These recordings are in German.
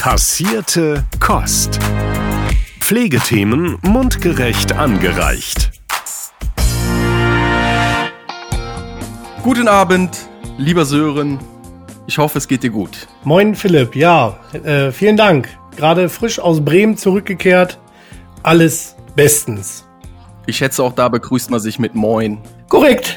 Passierte Kost. Pflegethemen mundgerecht angereicht. Guten Abend, lieber Sören. Ich hoffe, es geht dir gut. Moin Philipp, ja, vielen Dank. Gerade frisch aus Bremen zurückgekehrt. Alles bestens. Ich schätze, auch da begrüßt man sich mit Moin. Korrekt.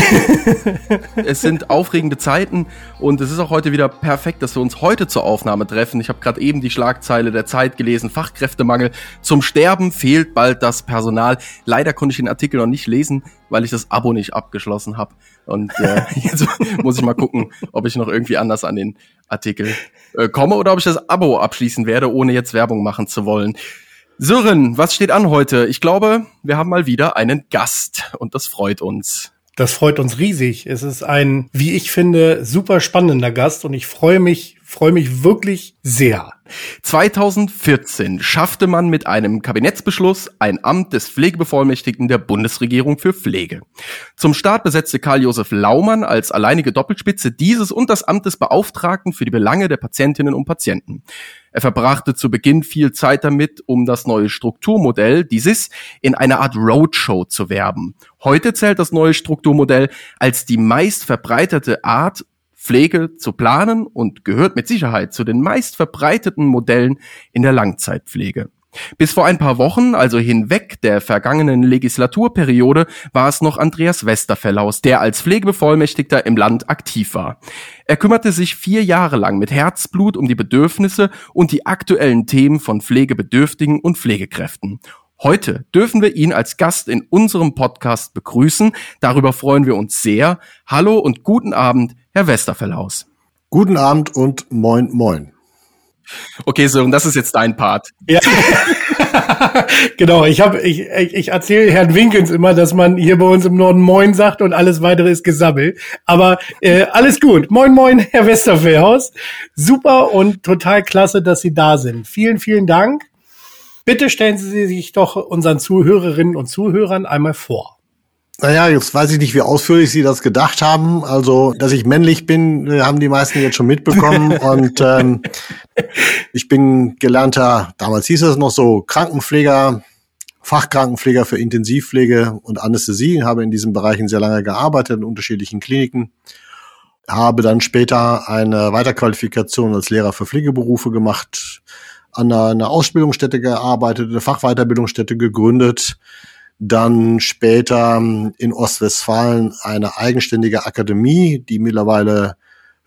Es sind aufregende Zeiten und es ist auch heute wieder perfekt, dass wir uns heute zur Aufnahme treffen. Ich habe gerade eben die Schlagzeile der Zeit gelesen, Fachkräftemangel. Zum Sterben fehlt bald das Personal. Leider konnte ich den Artikel noch nicht lesen, weil ich das Abo nicht abgeschlossen habe. Und jetzt muss ich mal gucken, ob ich noch irgendwie anders an den Artikel komme oder ob ich das Abo abschließen werde, ohne jetzt Werbung machen zu wollen. Sören, was steht an heute? Ich glaube, wir haben mal wieder einen Gast und das freut uns. Das freut uns riesig. Es ist ein, wie ich finde, super spannender Gast und ich freue mich wirklich sehr. 2014 schaffte man mit einem Kabinettsbeschluss ein Amt des Pflegebevollmächtigten der Bundesregierung für Pflege. Zum Start besetzte Karl-Josef Laumann als alleinige Doppelspitze dieses und das Amt des Beauftragten für die Belange der Patientinnen und Patienten. Er verbrachte zu Beginn viel Zeit damit, um das neue Strukturmodell, die SIS, in einer Art Roadshow zu werben. Heute zählt das neue Strukturmodell als die meist verbreitete Art, Pflege zu planen und gehört mit Sicherheit zu den meist verbreiteten Modellen in der Langzeitpflege. Bis vor ein paar Wochen, also hinweg der vergangenen Legislaturperiode, war es noch Andreas Westerfellhaus, der als Pflegebevollmächtigter im Land aktiv war. Er kümmerte sich 4 Jahre lang mit Herzblut um die Bedürfnisse und die aktuellen Themen von Pflegebedürftigen und Pflegekräften. Heute dürfen wir ihn als Gast in unserem Podcast begrüßen. Darüber freuen wir uns sehr. Hallo und guten Abend, Herr Westerfellhaus. Guten Abend und moin, moin. Okay, Sören, das ist jetzt dein Part. Ja. Genau, ich erzähle Herrn Winkens immer, dass man hier bei uns im Norden Moin sagt und alles weitere ist Gesabbel. Aber alles gut. Moin, moin, Herr Westerfellhaus. Super und total klasse, dass Sie da sind. Vielen, vielen Dank. Bitte stellen Sie sich doch unseren Zuhörerinnen und Zuhörern einmal vor. Naja, jetzt weiß ich nicht, wie ausführlich Sie das gedacht haben. Also, dass ich männlich bin, haben die meisten jetzt schon mitbekommen. Und ich bin gelernter, damals hieß es noch so, Krankenpfleger, Fachkrankenpfleger für Intensivpflege und Anästhesie. Habe in diesen Bereichen sehr lange gearbeitet, in unterschiedlichen Kliniken. Habe dann später eine Weiterqualifikation als Lehrer für Pflegeberufe gemacht, an einer Ausbildungsstätte gearbeitet, eine Fachweiterbildungsstätte gegründet, dann später in Ostwestfalen eine eigenständige Akademie, die mittlerweile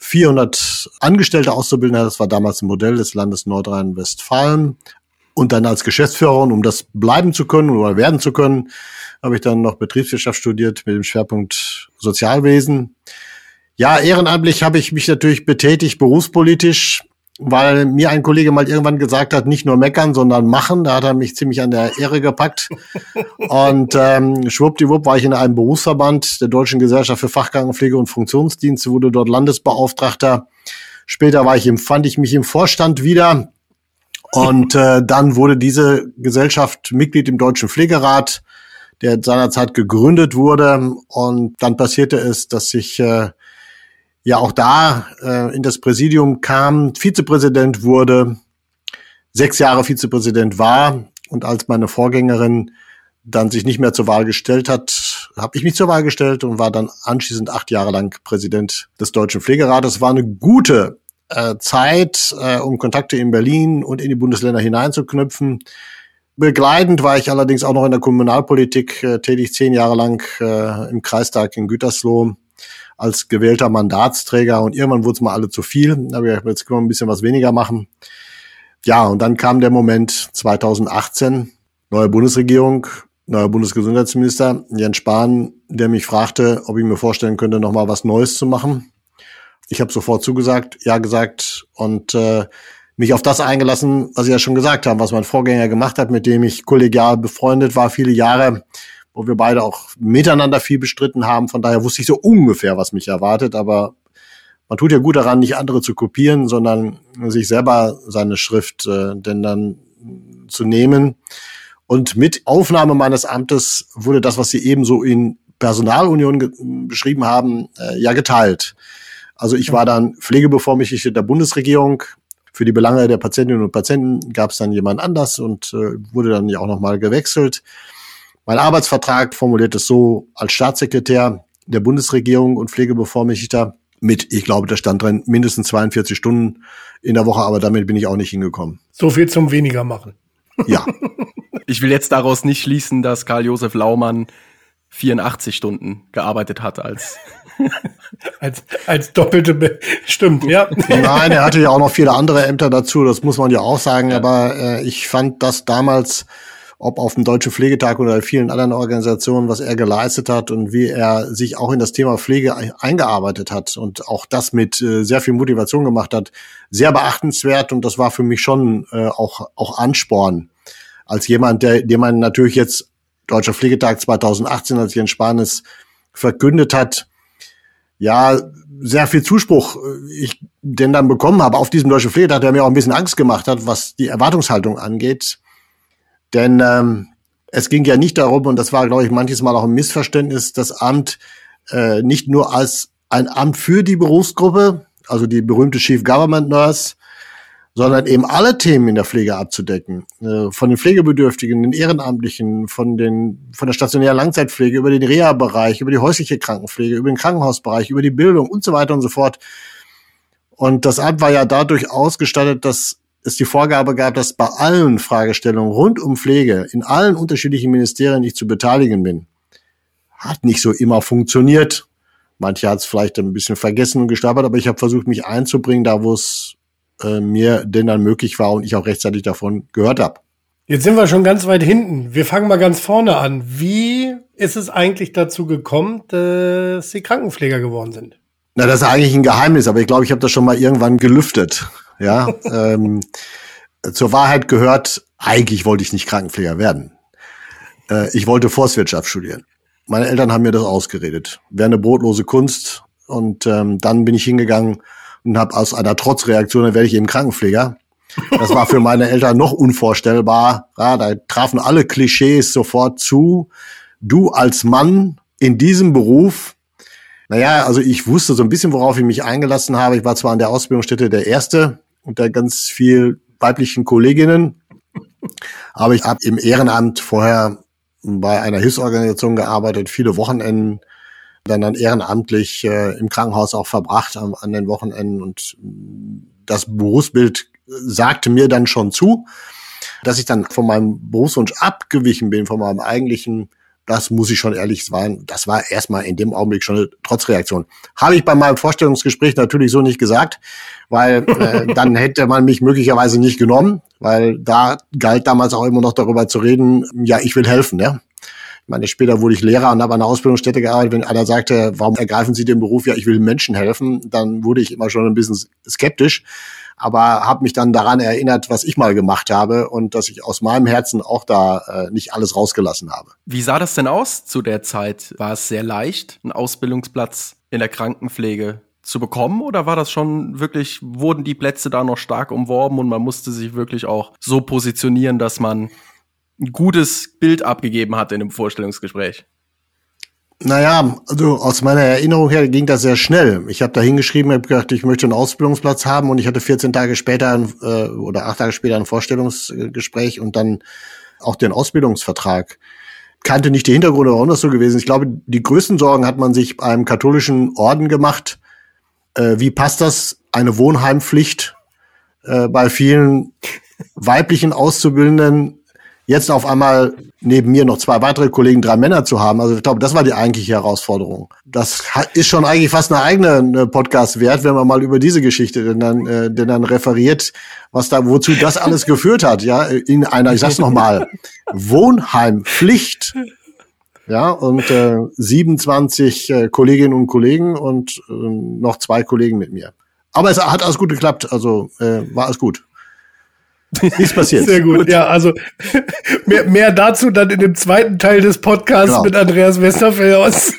400 Angestellte Auszubildende hat. Das war damals ein Modell des Landes Nordrhein-Westfalen. Und dann als Geschäftsführer, um das bleiben zu können oder werden zu können, habe ich dann noch Betriebswirtschaft studiert mit dem Schwerpunkt Sozialwesen. Ja, ehrenamtlich habe ich mich natürlich betätigt, berufspolitisch, weil mir ein Kollege mal irgendwann gesagt hat, nicht nur meckern, sondern machen. Da hat er mich ziemlich an der Ehre gepackt. Und schwuppdiwupp war ich in einem Berufsverband der Deutschen Gesellschaft für Fachkrankenpflege und Funktionsdienste, wurde dort Landesbeauftragter. Später fand ich mich im Vorstand wieder. Und dann wurde diese Gesellschaft Mitglied im Deutschen Pflegerat, der seinerzeit gegründet wurde. Und dann passierte es, dass ich ja auch da in das Präsidium kam, Vizepräsident wurde, 6 Jahre Vizepräsident war und als meine Vorgängerin dann sich nicht mehr zur Wahl gestellt hat, habe ich mich zur Wahl gestellt und war dann anschließend 8 Jahre lang Präsident des Deutschen Pflegerates. War eine gute Zeit, um Kontakte in Berlin und in die Bundesländer hineinzuknüpfen. Begleitend war ich allerdings auch noch in der Kommunalpolitik tätig, 10 Jahre lang im Kreistag in Gütersloh als gewählter Mandatsträger und irgendwann wurde es mal alle zu viel, aber jetzt können wir ein bisschen was weniger machen. Ja, und dann kam der Moment 2018, neue Bundesregierung, neuer Bundesgesundheitsminister Jens Spahn, der mich fragte, ob ich mir vorstellen könnte, nochmal was Neues zu machen. Ich habe sofort zugesagt, ja gesagt und mich auf das eingelassen, was ich ja schon gesagt habe, was mein Vorgänger gemacht hat, mit dem ich kollegial befreundet war, viele Jahre, wo wir beide auch miteinander viel bestritten haben. Von daher wusste ich so ungefähr, was mich erwartet. Aber man tut ja gut daran, nicht andere zu kopieren, sondern sich selber seine Schrift denn dann zu nehmen. Und mit Aufnahme meines Amtes wurde das, was Sie eben so in Personalunion beschrieben haben, ja geteilt. Also ich war dann Pflegebevollmächtigter der Bundesregierung Für die Belange der Patientinnen und Patienten gab es dann jemand anders und wurde dann ja auch nochmal gewechselt. Mein Arbeitsvertrag formuliert es so: als Staatssekretär der Bundesregierung und Pflegebevollmächtigter mit, ich glaube, da stand drin, mindestens 42 Stunden in der Woche, aber damit bin ich auch nicht hingekommen. So viel zum weniger machen. Ja. Ich will jetzt daraus nicht schließen, dass Karl-Josef Laumann 84 Stunden gearbeitet hat als doppelte, stimmt, ja. Nein, er hatte ja auch noch viele andere Ämter dazu, das muss man ja auch sagen, aber ich fand das damals, ob auf dem Deutschen Pflegetag oder vielen anderen Organisationen, was er geleistet hat und wie er sich auch in das Thema Pflege eingearbeitet hat und auch das mit sehr viel Motivation gemacht hat, sehr beachtenswert, und das war für mich schon auch Ansporn. Als jemand, dem man natürlich jetzt Deutscher Pflegetag 2018, als Jens Spahn es verkündet hat, ja, sehr viel Zuspruch ich denn dann bekommen habe auf diesem Deutschen Pflegetag, der mir auch ein bisschen Angst gemacht hat, was die Erwartungshaltung angeht. Denn es ging ja nicht darum, und das war, glaube ich, manches Mal auch ein Missverständnis, das Amt nicht nur als ein Amt für die Berufsgruppe, also die berühmte Chief Government Nurse, sondern eben alle Themen in der Pflege abzudecken. Von den Pflegebedürftigen, den Ehrenamtlichen, von der stationären Langzeitpflege, über den Reha-Bereich, über die häusliche Krankenpflege, über den Krankenhausbereich, über die Bildung und so weiter und so fort. Und das Amt war ja dadurch ausgestattet, dass es die Vorgabe gab, dass bei allen Fragestellungen rund um Pflege in allen unterschiedlichen Ministerien ich zu beteiligen bin. Hat nicht so immer funktioniert. Manche hat es vielleicht ein bisschen vergessen und gestapelt, aber ich habe versucht, mich einzubringen, da wo es mir denn dann möglich war und ich auch rechtzeitig davon gehört habe. Jetzt sind wir schon ganz weit hinten. Wir fangen mal ganz vorne an. Wie ist es eigentlich dazu gekommen, dass Sie Krankenpfleger geworden sind? Na, das ist eigentlich ein Geheimnis, aber ich glaube, ich habe das schon mal irgendwann gelüftet. Ja, zur Wahrheit gehört, eigentlich wollte ich nicht Krankenpfleger werden. Ich wollte Forstwirtschaft studieren. Meine Eltern haben mir das ausgeredet. Wäre eine brotlose Kunst. Und dann bin ich hingegangen und habe aus einer Trotzreaktion, dann werde ich eben Krankenpfleger. Das war für meine Eltern noch unvorstellbar. Ja, da trafen alle Klischees sofort zu. Du als Mann in diesem Beruf. Naja, also ich wusste so ein bisschen, worauf ich mich eingelassen habe. Ich war zwar an der Ausbildungsstätte der Erste unter ganz viel weiblichen Kolleginnen, aber ich habe im Ehrenamt vorher bei einer Hilfsorganisation gearbeitet, viele Wochenenden, dann ehrenamtlich im Krankenhaus auch verbracht an den Wochenenden, und das Berufsbild sagte mir dann schon zu, dass ich dann von meinem Berufswunsch abgewichen bin, von meinem eigentlichen. Das muss ich schon ehrlich sagen, das war erstmal in dem Augenblick schon eine Trotzreaktion. Habe ich bei meinem Vorstellungsgespräch natürlich so nicht gesagt, weil dann hätte man mich möglicherweise nicht genommen, weil da galt damals auch immer noch darüber zu reden, ja, ich will helfen, ja. Ich meine, später wurde ich Lehrer und habe an einer Ausbildungsstätte gearbeitet. Wenn einer sagte, warum ergreifen Sie den Beruf? Ja, ich will Menschen helfen, dann wurde ich immer schon ein bisschen skeptisch. Aber habe mich dann daran erinnert, was ich mal gemacht habe und dass ich aus meinem Herzen auch da nicht alles rausgelassen habe. Wie sah das denn aus zu der Zeit? War es sehr leicht, einen Ausbildungsplatz in der Krankenpflege zu bekommen, oder war das schon wirklich, wurden die Plätze da noch stark umworben und man musste sich wirklich auch so positionieren, dass man ein gutes Bild abgegeben hat in dem Vorstellungsgespräch? Naja, also aus meiner Erinnerung her ging das sehr schnell. Ich habe da hingeschrieben, habe gedacht, ich möchte einen Ausbildungsplatz haben, und ich hatte 14 Tage später oder 8 Tage später ein Vorstellungsgespräch und dann auch den Ausbildungsvertrag. Kannte nicht die Hintergründe, warum das so gewesen ist. Ich glaube, die größten Sorgen hat man sich beim katholischen Orden gemacht. Wie passt das? Eine Wohnheimpflicht bei vielen weiblichen Auszubildenden, jetzt auf einmal neben mir noch 2 weitere Kollegen, 3 Männer zu haben. Also ich glaube, das war die eigentliche Herausforderung. Das ist schon eigentlich fast eine eigene Podcast wert, wenn man mal über diese Geschichte denn dann referiert, wozu das alles geführt hat, ja, in einer, ich sag's nochmal, Wohnheimpflicht. Ja, und 27 Kolleginnen und Kollegen und noch 2 Kollegen mit mir. Aber es hat alles gut geklappt, also war alles gut. Nichts passiert. Sehr gut, ja, also mehr dazu dann in dem zweiten Teil des Podcasts genau. Mit Andreas Westerfeld.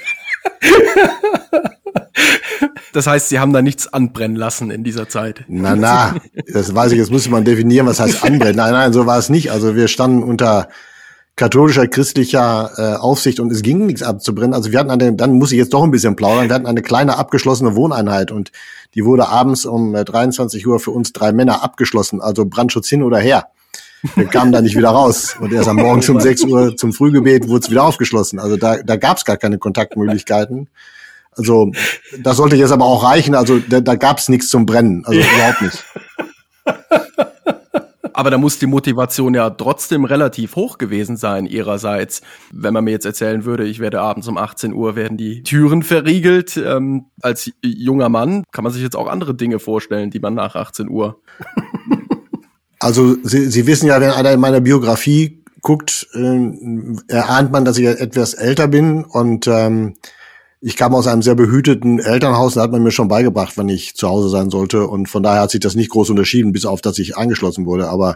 Das heißt, Sie haben da nichts anbrennen lassen in dieser Zeit? Na, das weiß ich, jetzt müsste man definieren, was heißt anbrennen. Nein, so war es nicht. Also wir standen unter katholischer, christlicher Aufsicht und es ging nichts abzubrennen. Also wir hatten dann muss ich jetzt doch ein bisschen plaudern, wir hatten eine kleine abgeschlossene Wohneinheit und die wurde abends um 23 Uhr für uns 3 Männer abgeschlossen, also Brandschutz hin oder her. Wir kamen da nicht wieder raus und erst am Morgen um 6 Uhr zum Frühgebet wurde es wieder aufgeschlossen. Also da gab es gar keine Kontaktmöglichkeiten. Also das sollte jetzt aber auch reichen, also da gab es nichts zum Brennen, also überhaupt nicht. Aber da muss die Motivation ja trotzdem relativ hoch gewesen sein ihrerseits. Wenn man mir jetzt erzählen würde, ich werde abends um 18 Uhr, werden die Türen verriegelt. Als junger Mann kann man sich jetzt auch andere Dinge vorstellen, die man nach 18 Uhr... Also Sie wissen ja, wenn einer in meiner Biografie guckt, erahnt man, dass ich etwas älter bin und ich kam aus einem sehr behüteten Elternhaus, da hat man mir schon beigebracht, wann ich zu Hause sein sollte und von daher hat sich das nicht groß unterschieden, bis auf, dass ich eingeschlossen wurde, aber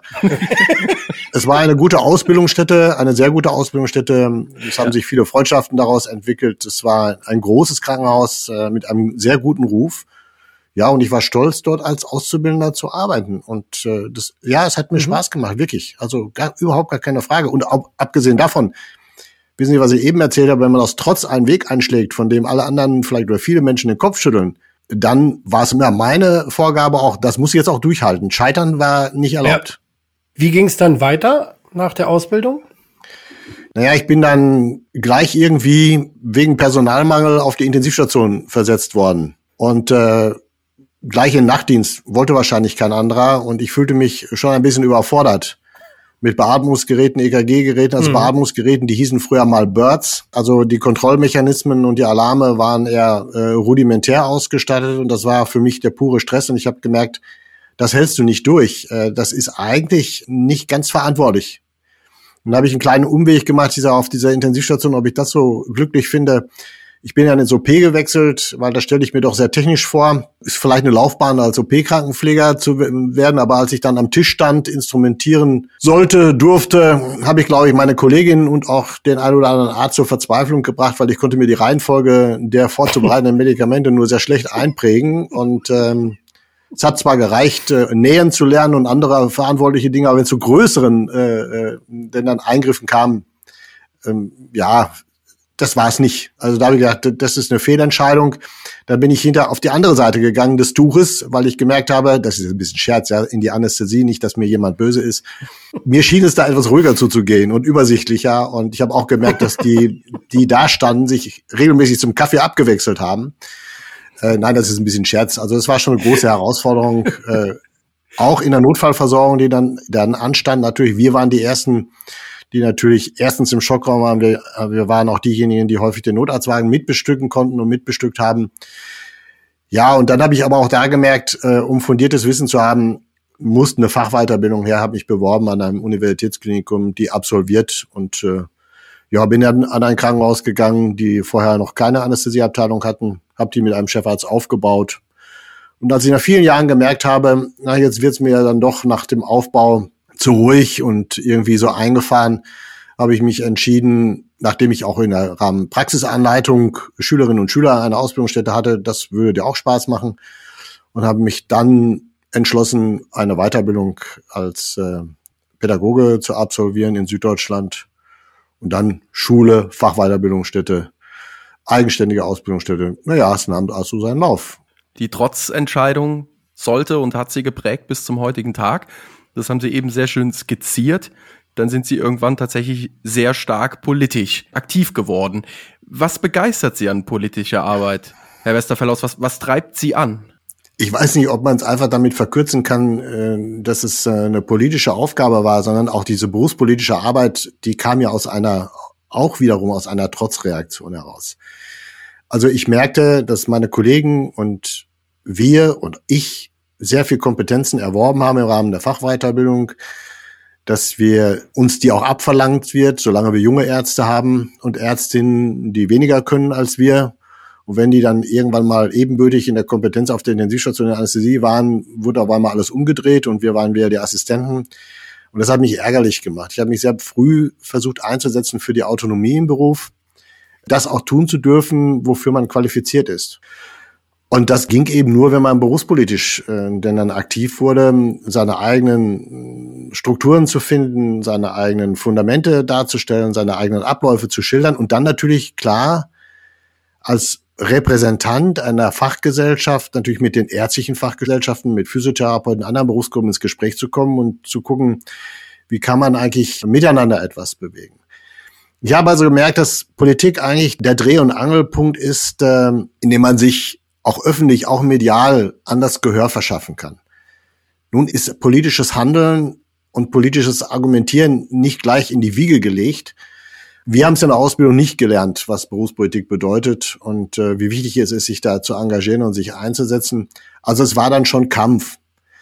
es war eine gute Ausbildungsstätte, eine sehr gute Ausbildungsstätte, es haben sich viele Freundschaften daraus entwickelt, es war ein großes Krankenhaus mit einem sehr guten Ruf. Ja, und ich war stolz, dort als Auszubildender zu arbeiten. Und es hat mir Spaß gemacht, wirklich. Also überhaupt gar keine Frage. Und auch, abgesehen davon, wissen Sie, was ich eben erzählt habe, wenn man aus Trotz einen Weg einschlägt, von dem alle anderen vielleicht oder viele Menschen den Kopf schütteln, dann war es mir meine Vorgabe auch, das muss ich jetzt auch durchhalten. Scheitern war nicht erlaubt. Ja. Wie ging es dann weiter nach der Ausbildung? Naja, ich bin dann gleich irgendwie wegen Personalmangel auf die Intensivstation versetzt worden. Und gleich in Nachtdienst wollte wahrscheinlich kein anderer und ich fühlte mich schon ein bisschen überfordert mit Beatmungsgeräten, EKG-Geräten, also Beatmungsgeräten, die hießen früher mal Birds. Also die Kontrollmechanismen und die Alarme waren eher rudimentär ausgestattet und das war für mich der pure Stress und ich habe gemerkt, das hältst du nicht durch. Das ist eigentlich nicht ganz verantwortlich. Und dann habe ich einen kleinen Umweg gemacht auf dieser Intensivstation, ob ich das so glücklich finde. Ich bin ja ins OP gewechselt, weil das stelle ich mir doch sehr technisch vor. Ist vielleicht eine Laufbahn als OP-Krankenpfleger zu werden, aber als ich dann am Tisch stand, instrumentieren durfte, habe ich, glaube ich, meine Kollegin und auch den einen oder anderen Arzt zur Verzweiflung gebracht, weil ich konnte mir die Reihenfolge der vorzubereitenden Medikamente nur sehr schlecht einprägen. Und es hat zwar gereicht, nähen zu lernen und andere verantwortliche Dinge, aber wenn es zu größeren denn dann Eingriffen kam, das war es nicht. Also da habe ich gedacht, das ist eine Fehlentscheidung. Dann bin ich hinter auf die andere Seite gegangen des Tuches, weil ich gemerkt habe, das ist ein bisschen Scherz, ja, in die Anästhesie, nicht, dass mir jemand böse ist. Mir schien es da etwas ruhiger zuzugehen und übersichtlicher. Und ich habe auch gemerkt, dass die da standen, sich regelmäßig zum Kaffee abgewechselt haben. Nein, das ist ein bisschen Scherz. Also es war schon eine große Herausforderung, auch in der Notfallversorgung, die dann anstand. Natürlich, wir waren die Ersten, die natürlich erstens im Schockraum waren. Wir waren auch diejenigen, die häufig den Notarztwagen mitbestücken konnten und mitbestückt haben. Ja, und dann habe ich aber auch da gemerkt, um fundiertes Wissen zu haben, musste eine Fachweiterbildung her, habe mich beworben an einem Universitätsklinikum, die absolviert und bin dann an ein Krankenhaus gegangen, die vorher noch keine Anästhesieabteilung hatten, habe die mit einem Chefarzt aufgebaut. Und als ich nach vielen Jahren gemerkt habe, jetzt wird's mir dann doch nach dem Aufbau zu ruhig und irgendwie so eingefahren, habe ich mich entschieden, nachdem ich auch in der Rahmen Praxisanleitung Schülerinnen und Schüler einer Ausbildungsstätte hatte, das würde dir auch Spaß machen und habe mich dann entschlossen, eine Weiterbildung als Pädagoge zu absolvieren in Süddeutschland und dann Schule, Fachweiterbildungsstätte, eigenständige Ausbildungsstätte. Naja, es nahm also seinen Lauf. Die Trotzentscheidung sollte und hat sie geprägt bis zum heutigen Tag. Das haben Sie eben sehr schön skizziert. Dann sind Sie irgendwann tatsächlich sehr stark politisch aktiv geworden. Was begeistert Sie an politischer Arbeit, Herr Westerfellaus? Was treibt Sie an? Ich weiß nicht, ob man es einfach damit verkürzen kann, dass es eine politische Aufgabe war, sondern auch diese berufspolitische Arbeit, die kam ja auch wiederum aus einer Trotzreaktion heraus. Also ich merkte, dass meine Kollegen und wir und ich sehr viel Kompetenzen erworben haben im Rahmen der Fachweiterbildung, dass wir uns die auch abverlangt wird, solange wir junge Ärzte haben und Ärztinnen, die weniger können als wir. Und wenn die dann irgendwann mal ebenbürtig in der Kompetenz auf der Intensivstation der Anästhesie waren, wurde auf einmal alles umgedreht und wir waren wieder die Assistenten. Und das hat mich ärgerlich gemacht. Ich habe mich sehr früh versucht einzusetzen für die Autonomie im Beruf, das auch tun zu dürfen, wofür man qualifiziert ist. Und das ging eben nur, wenn man berufspolitisch denn dann aktiv wurde, seine eigenen Strukturen zu finden, seine eigenen Fundamente darzustellen, seine eigenen Abläufe zu schildern und dann natürlich klar als Repräsentant einer Fachgesellschaft, natürlich mit den ärztlichen Fachgesellschaften, mit Physiotherapeuten, anderen Berufsgruppen ins Gespräch zu kommen und zu gucken, wie kann man eigentlich miteinander etwas bewegen. Ich habe also gemerkt, dass Politik eigentlich der Dreh- und Angelpunkt ist, in dem man sich auch öffentlich, auch medial anders Gehör verschaffen kann. Nun ist politisches Handeln und politisches Argumentieren nicht gleich in die Wiege gelegt. Wir haben es in der Ausbildung nicht gelernt, was Berufspolitik bedeutet und wie wichtig es ist, sich da zu engagieren und sich einzusetzen. Also es war dann schon Kampf.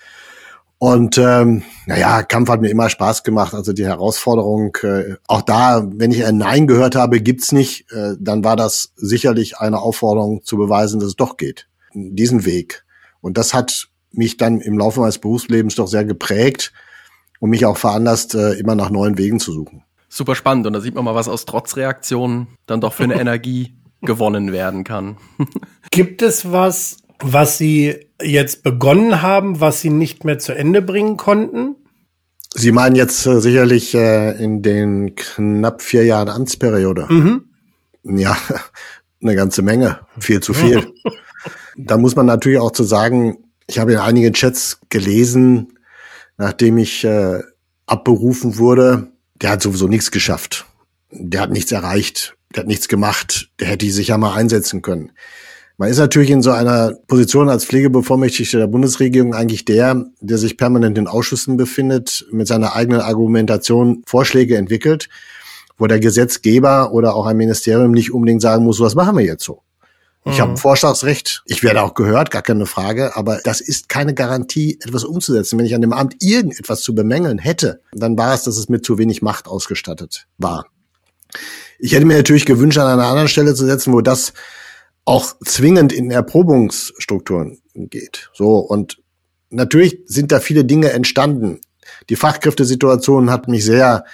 Und Kampf hat mir immer Spaß gemacht. Also die Herausforderung, auch da, wenn ich ein Nein gehört habe, gibt's nicht, dann war das sicherlich eine Aufforderung zu beweisen, dass es doch geht. Diesen Weg. Und das hat mich dann im Laufe meines Berufslebens doch sehr geprägt und mich auch veranlasst, immer nach neuen Wegen zu suchen. Super spannend. Und da sieht man mal, was aus Trotzreaktionen dann doch für eine Energie gewonnen werden kann. Gibt es was Sie jetzt begonnen haben, was Sie nicht mehr zu Ende bringen konnten? Sie meinen jetzt sicherlich in den knapp 4 Jahren Amtsperiode. Mhm. Ja, eine ganze Menge. Viel zu viel. Da muss man natürlich auch zu sagen, ich habe in einigen Chats gelesen, nachdem ich abberufen wurde, der hat sowieso nichts geschafft. Der hat nichts erreicht, der hat nichts gemacht, der hätte sich ja mal einsetzen können. Man ist natürlich in so einer Position als Pflegebevollmächtigter der Bundesregierung eigentlich der sich permanent in Ausschüssen befindet, mit seiner eigenen Argumentation Vorschläge entwickelt, wo der Gesetzgeber oder auch ein Ministerium nicht unbedingt sagen muss, was machen wir jetzt so? Ich habe ein Vorschlagsrecht, ich werde auch gehört, gar keine Frage, aber das ist keine Garantie, etwas umzusetzen. Wenn ich an dem Amt irgendetwas zu bemängeln hätte, dann war es, dass es mit zu wenig Macht ausgestattet war. Ich hätte mir natürlich gewünscht, an einer anderen Stelle zu setzen, wo das auch zwingend in Erprobungsstrukturen geht. So, und natürlich sind da viele Dinge entstanden. Die Fachkräftesituation hat mich sehr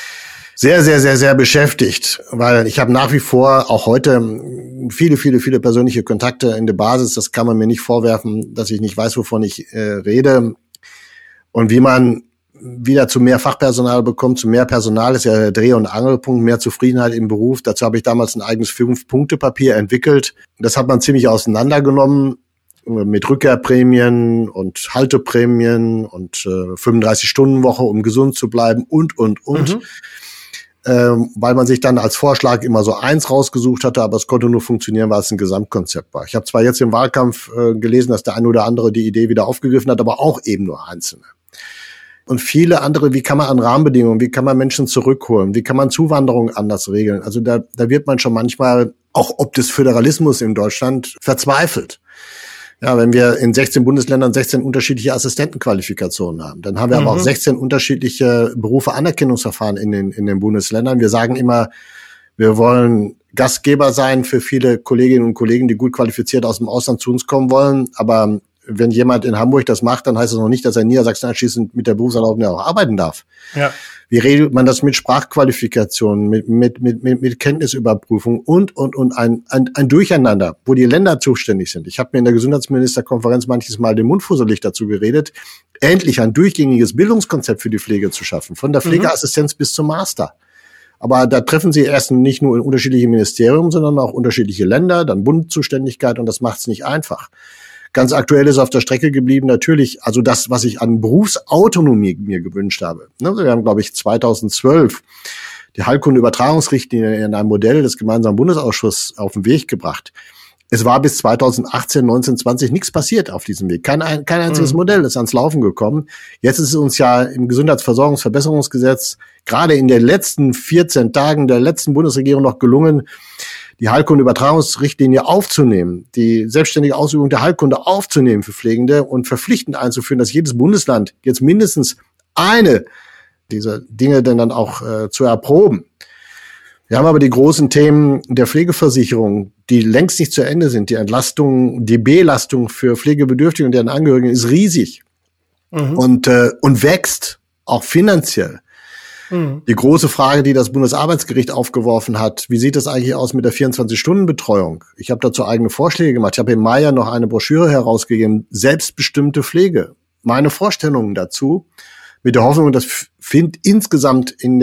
beschäftigt, weil ich habe nach wie vor auch heute viele persönliche Kontakte in der Basis. Das kann man mir nicht vorwerfen, dass ich nicht weiß, wovon ich rede. Und wie man wieder zu mehr Fachpersonal bekommt, zu mehr Personal ist ja der Dreh- und Angelpunkt, mehr Zufriedenheit im Beruf. Dazu habe ich damals ein eigenes 5-Punkte-Papier entwickelt. Das hat man ziemlich auseinandergenommen mit Rückkehrprämien und Halteprämien und 35-Stunden-Woche, um gesund zu bleiben und. Weil man sich dann als Vorschlag immer so eins rausgesucht hatte, aber es konnte nur funktionieren, weil es ein Gesamtkonzept war. Ich habe zwar jetzt im Wahlkampf gelesen, dass der eine oder andere die Idee wieder aufgegriffen hat, aber auch eben nur einzelne. Und viele andere, wie kann man an Rahmenbedingungen, wie kann man Menschen zurückholen, wie kann man Zuwanderung anders regeln? Also da wird man schon manchmal, auch ob des Föderalismus in Deutschland, verzweifelt. Ja, wenn wir in 16 Bundesländern 16 unterschiedliche Assistentenqualifikationen haben, dann haben wir aber auch 16 unterschiedliche Berufe-Anerkennungsverfahren in den Bundesländern. Wir sagen immer, wir wollen Gastgeber sein für viele Kolleginnen und Kollegen, die gut qualifiziert aus dem Ausland zu uns kommen wollen. Aber wenn jemand in Hamburg das macht, dann heißt das noch nicht, dass er in Niedersachsen anschließend mit der Berufserlaubnis auch arbeiten darf. Ja. Wie regelt man das mit Sprachqualifikationen, mit Kenntnisüberprüfung und ein Durcheinander, wo die Länder zuständig sind. Ich habe mir in der Gesundheitsministerkonferenz manches Mal den Mund fusselig dazu geredet, endlich ein durchgängiges Bildungskonzept für die Pflege zu schaffen, von der Pflegeassistenz bis zum Master. Aber da treffen sie erst nicht nur in unterschiedliche Ministerien, sondern auch unterschiedliche Länder, dann Bundzuständigkeit und das macht es nicht einfach. Ganz aktuell ist auf der Strecke geblieben natürlich, also das, was ich an Berufsautonomie mir gewünscht habe. Wir haben, glaube ich, 2012 die Heilkundeübertragungsrichtlinie in einem Modell des gemeinsamen Bundesausschusses auf den Weg gebracht. Es war bis 2018, 19, 20 nichts passiert auf diesem Weg. Kein einziges Modell ist ans Laufen gekommen. Jetzt ist es uns ja im Gesundheitsversorgungsverbesserungsgesetz gerade in den letzten 14 Tagen der letzten Bundesregierung noch gelungen, die Heilkundeübertragungsrichtlinie aufzunehmen, die selbstständige Ausübung der Heilkunde aufzunehmen für Pflegende und verpflichtend einzuführen, dass jedes Bundesland jetzt mindestens eine dieser Dinge denn dann auch zu erproben. Wir haben aber die großen Themen der Pflegeversicherung, die längst nicht zu Ende sind. Die Entlastung, die Belastung für Pflegebedürftige und deren Angehörigen ist riesig und wächst auch finanziell. Die große Frage, die das Bundesarbeitsgericht aufgeworfen hat, wie sieht es eigentlich aus mit der 24-Stunden-Betreuung? Ich habe dazu eigene Vorschläge gemacht. Ich habe im Mai ja noch eine Broschüre herausgegeben, selbstbestimmte Pflege. Meine Vorstellungen dazu, mit der Hoffnung, das findet insgesamt im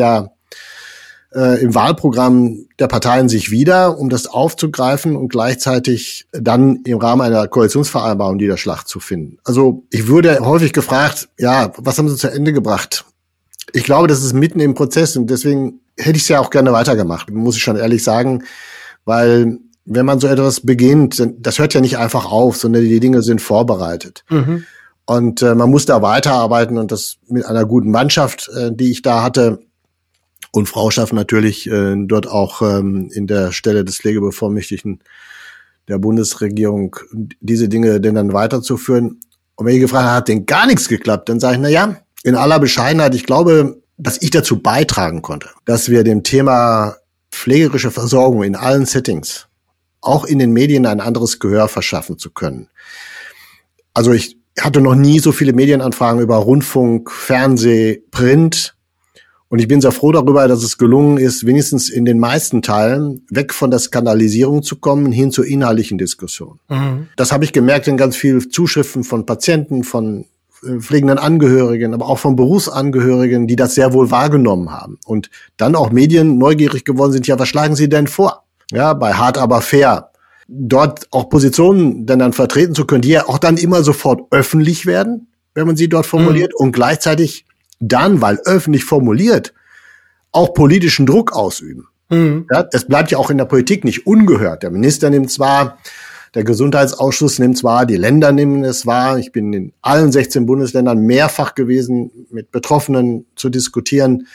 Wahlprogramm der Parteien sich wieder, um das aufzugreifen und gleichzeitig dann im Rahmen einer Koalitionsvereinbarung Niederschlag zu finden. Also ich wurde häufig gefragt, ja, was haben Sie zu Ende gebracht? Ich glaube, das ist mitten im Prozess und deswegen hätte ich es ja auch gerne weitergemacht, muss ich schon ehrlich sagen, weil wenn man so etwas beginnt, das hört ja nicht einfach auf, sondern die Dinge sind vorbereitet. Mhm. Und man muss da weiterarbeiten und das mit einer guten Mannschaft, die ich da hatte, und Frau Schaff natürlich dort auch in der Stelle des Pflegebevollmächtigten der Bundesregierung, diese Dinge denn dann weiterzuführen. Und wenn ich gefragt habe, hat denn gar nichts geklappt, dann sage ich, na ja, in aller Bescheidenheit, ich glaube, dass ich dazu beitragen konnte, dass wir dem Thema pflegerische Versorgung in allen Settings, auch in den Medien, ein anderes Gehör verschaffen zu können. Also ich hatte noch nie so viele Medienanfragen über Rundfunk, Fernseh, Print. Und ich bin sehr froh darüber, dass es gelungen ist, wenigstens in den meisten Teilen weg von der Skandalisierung zu kommen, hin zur inhaltlichen Diskussion. Mhm. Das habe ich gemerkt in ganz vielen Zuschriften von Patienten, von pflegenden Angehörigen, aber auch von Berufsangehörigen, die das sehr wohl wahrgenommen haben. Und dann auch Medien neugierig geworden sind, ja, was schlagen Sie denn vor? Ja, bei Hart aber fair. Dort auch Positionen denn dann vertreten zu können, die ja auch dann immer sofort öffentlich werden, wenn man sie dort formuliert und gleichzeitig dann, weil öffentlich formuliert, auch politischen Druck ausüben. Mhm. Ja, das bleibt ja auch in der Politik nicht ungehört. Der Minister nimmt es wahr, der Gesundheitsausschuss nimmt es wahr, die Länder nehmen es wahr. Ich bin in allen 16 Bundesländern mehrfach gewesen, mit Betroffenen zu diskutieren.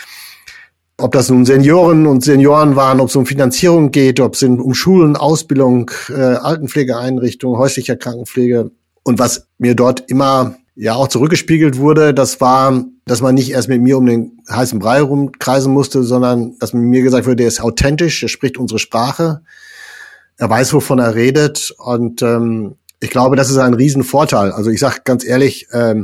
Ob das nun Senioren und Senioren waren, ob es um Finanzierung geht, ob es um Schulen, Ausbildung, Altenpflegeeinrichtungen, häuslicher Krankenpflege. Und was mir dort immer ja auch zurückgespiegelt wurde, das war, dass man nicht erst mit mir um den heißen Brei rumkreisen musste, sondern dass mir gesagt wurde, der ist authentisch, er spricht unsere Sprache, er weiß, wovon er redet. Und ich glaube, das ist ein Riesenvorteil. Also ich sage ganz ehrlich,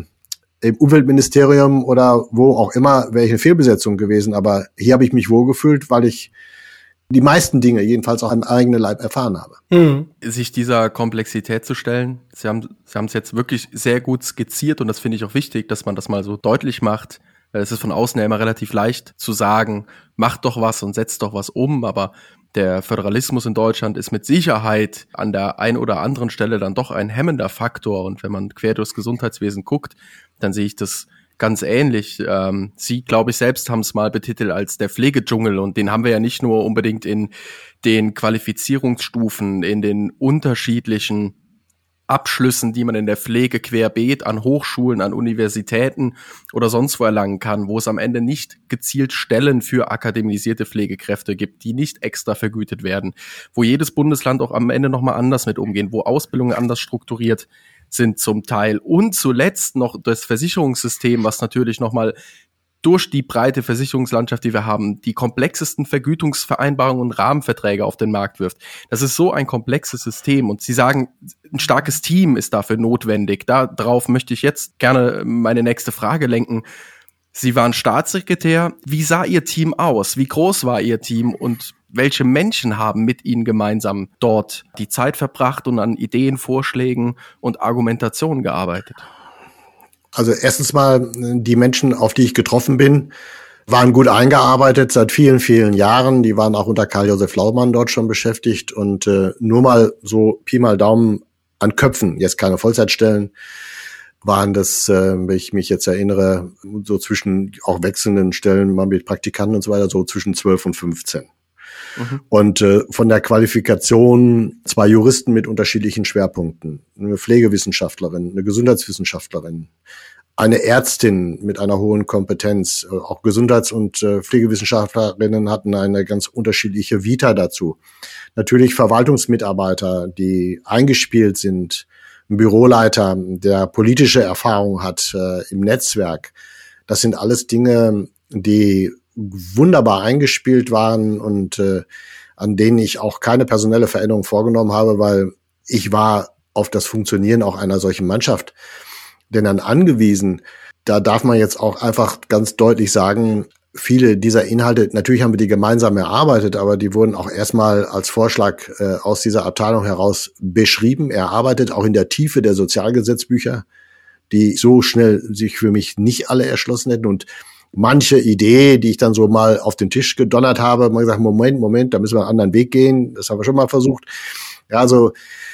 im Umweltministerium oder wo auch immer wäre ich eine Fehlbesetzung gewesen. Aber hier habe ich mich wohlgefühlt, weil ich die meisten Dinge jedenfalls auch am eigenen Leib erfahren habe. Mhm. Sich dieser Komplexität zu stellen, Sie haben es jetzt wirklich sehr gut skizziert und das finde ich auch wichtig, dass man das mal so deutlich macht. Es ist von außen ja immer relativ leicht zu sagen, macht doch was und setzt doch was um, aber der Föderalismus in Deutschland ist mit Sicherheit an der ein oder anderen Stelle dann doch ein hemmender Faktor und wenn man quer durchs Gesundheitswesen guckt, dann sehe ich das ganz ähnlich. Sie, glaube ich, selbst haben es mal betitelt als der Pflegedschungel und den haben wir ja nicht nur unbedingt in den Qualifizierungsstufen, in den unterschiedlichen Abschlüssen, die man in der Pflege querbeet an Hochschulen, an Universitäten oder sonst wo erlangen kann, wo es am Ende nicht gezielt Stellen für akademisierte Pflegekräfte gibt, die nicht extra vergütet werden, wo jedes Bundesland auch am Ende nochmal anders mit umgehen, wo Ausbildungen anders strukturiert sind zum Teil und zuletzt noch das Versicherungssystem, was natürlich nochmal durch die breite Versicherungslandschaft, die wir haben, die komplexesten Vergütungsvereinbarungen und Rahmenverträge auf den Markt wirft. Das ist so ein komplexes System und Sie sagen, ein starkes Team ist dafür notwendig. Darauf möchte ich jetzt gerne meine nächste Frage lenken. Sie waren Staatssekretär. Wie sah Ihr Team aus? Wie groß war Ihr Team und welche Menschen haben mit Ihnen gemeinsam dort die Zeit verbracht und an Ideen, Vorschlägen und Argumentationen gearbeitet? Also erstens mal, die Menschen, auf die ich getroffen bin, waren gut eingearbeitet seit vielen, vielen Jahren. Die waren auch unter Karl-Josef Laumann dort schon beschäftigt und nur mal so Pi mal Daumen an Köpfen, jetzt keine Vollzeitstellen, waren das, wenn ich mich jetzt erinnere, so zwischen auch wechselnden Stellen, mal mit Praktikanten und so weiter, so zwischen 12 und 15. Mhm. Und von der Qualifikation 2 Juristen mit unterschiedlichen Schwerpunkten, eine Pflegewissenschaftlerin, eine Gesundheitswissenschaftlerin, eine Ärztin mit einer hohen Kompetenz. Auch Gesundheits- und Pflegewissenschaftlerinnen hatten eine ganz unterschiedliche Vita dazu. Natürlich Verwaltungsmitarbeiter, die eingespielt sind, ein Büroleiter, der politische Erfahrung hat im Netzwerk. Das sind alles Dinge, die wunderbar eingespielt waren und an denen ich auch keine personelle Veränderung vorgenommen habe, weil ich war auf das Funktionieren auch einer solchen Mannschaft denn dann angewiesen. Da darf man jetzt auch einfach ganz deutlich sagen, viele dieser Inhalte, natürlich haben wir die gemeinsam erarbeitet, aber die wurden auch erstmal als Vorschlag aus dieser Abteilung heraus beschrieben, erarbeitet, auch in der Tiefe der Sozialgesetzbücher, die so schnell sich für mich nicht alle erschlossen hätten. Und manche Idee, die ich dann so mal auf den Tisch gedonnert habe, mal gesagt, Moment, da müssen wir einen anderen Weg gehen. Das haben wir schon mal versucht. Ja, also,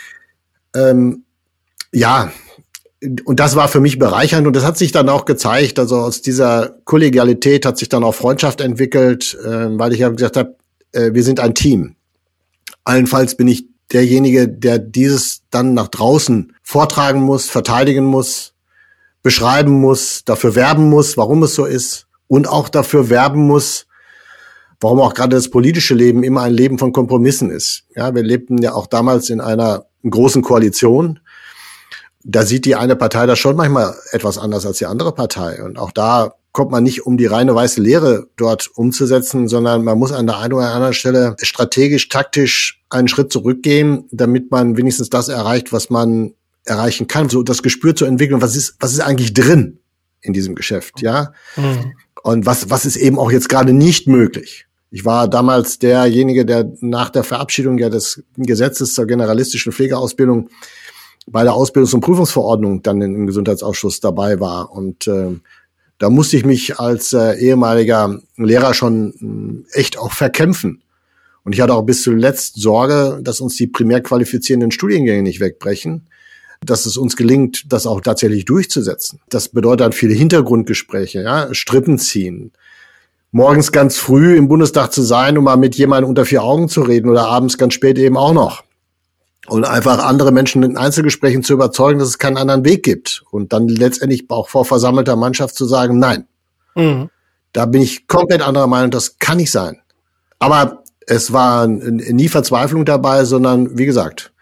ja, und das war für mich bereichernd und das hat sich dann auch gezeigt, also aus dieser Kollegialität hat sich dann auch Freundschaft entwickelt, weil ich ja gesagt habe, wir sind ein Team. Allenfalls bin ich derjenige, der dieses dann nach draußen vortragen muss, verteidigen muss, beschreiben muss, dafür werben muss, warum es so ist und auch dafür werben muss, warum auch gerade das politische Leben immer ein Leben von Kompromissen ist. Ja, wir lebten ja auch damals in einer großen Koalition. Da sieht die eine Partei das schon manchmal etwas anders als die andere Partei. Und auch da kommt man nicht um die reine weiße Lehre dort umzusetzen, sondern man muss an der einen oder anderen Stelle strategisch, taktisch einen Schritt zurückgehen, damit man wenigstens das erreicht, was man erreichen kann. So das Gespür zu entwickeln, was ist eigentlich drin in diesem Geschäft, ja? Mhm. Und was ist eben auch jetzt gerade nicht möglich. Ich war damals derjenige, der nach der Verabschiedung ja des Gesetzes zur generalistischen Pflegeausbildung bei der Ausbildungs- und Prüfungsverordnung dann im Gesundheitsausschuss dabei war. Und da musste ich mich als ehemaliger Lehrer schon echt auch verkämpfen. Und ich hatte auch bis zuletzt Sorge, dass uns die primär qualifizierenden Studiengänge nicht wegbrechen, dass es uns gelingt, das auch tatsächlich durchzusetzen. Das bedeutet dann viele Hintergrundgespräche, ja, Strippen ziehen, morgens ganz früh im Bundestag zu sein, um mal mit jemandem unter vier Augen zu reden oder abends ganz spät eben auch noch. Und einfach andere Menschen in Einzelgesprächen zu überzeugen, dass es keinen anderen Weg gibt. Und dann letztendlich auch vor versammelter Mannschaft zu sagen, nein. Mhm. Da bin ich komplett anderer Meinung, das kann nicht sein. Aber es war nie Verzweiflung dabei, sondern wie gesagt,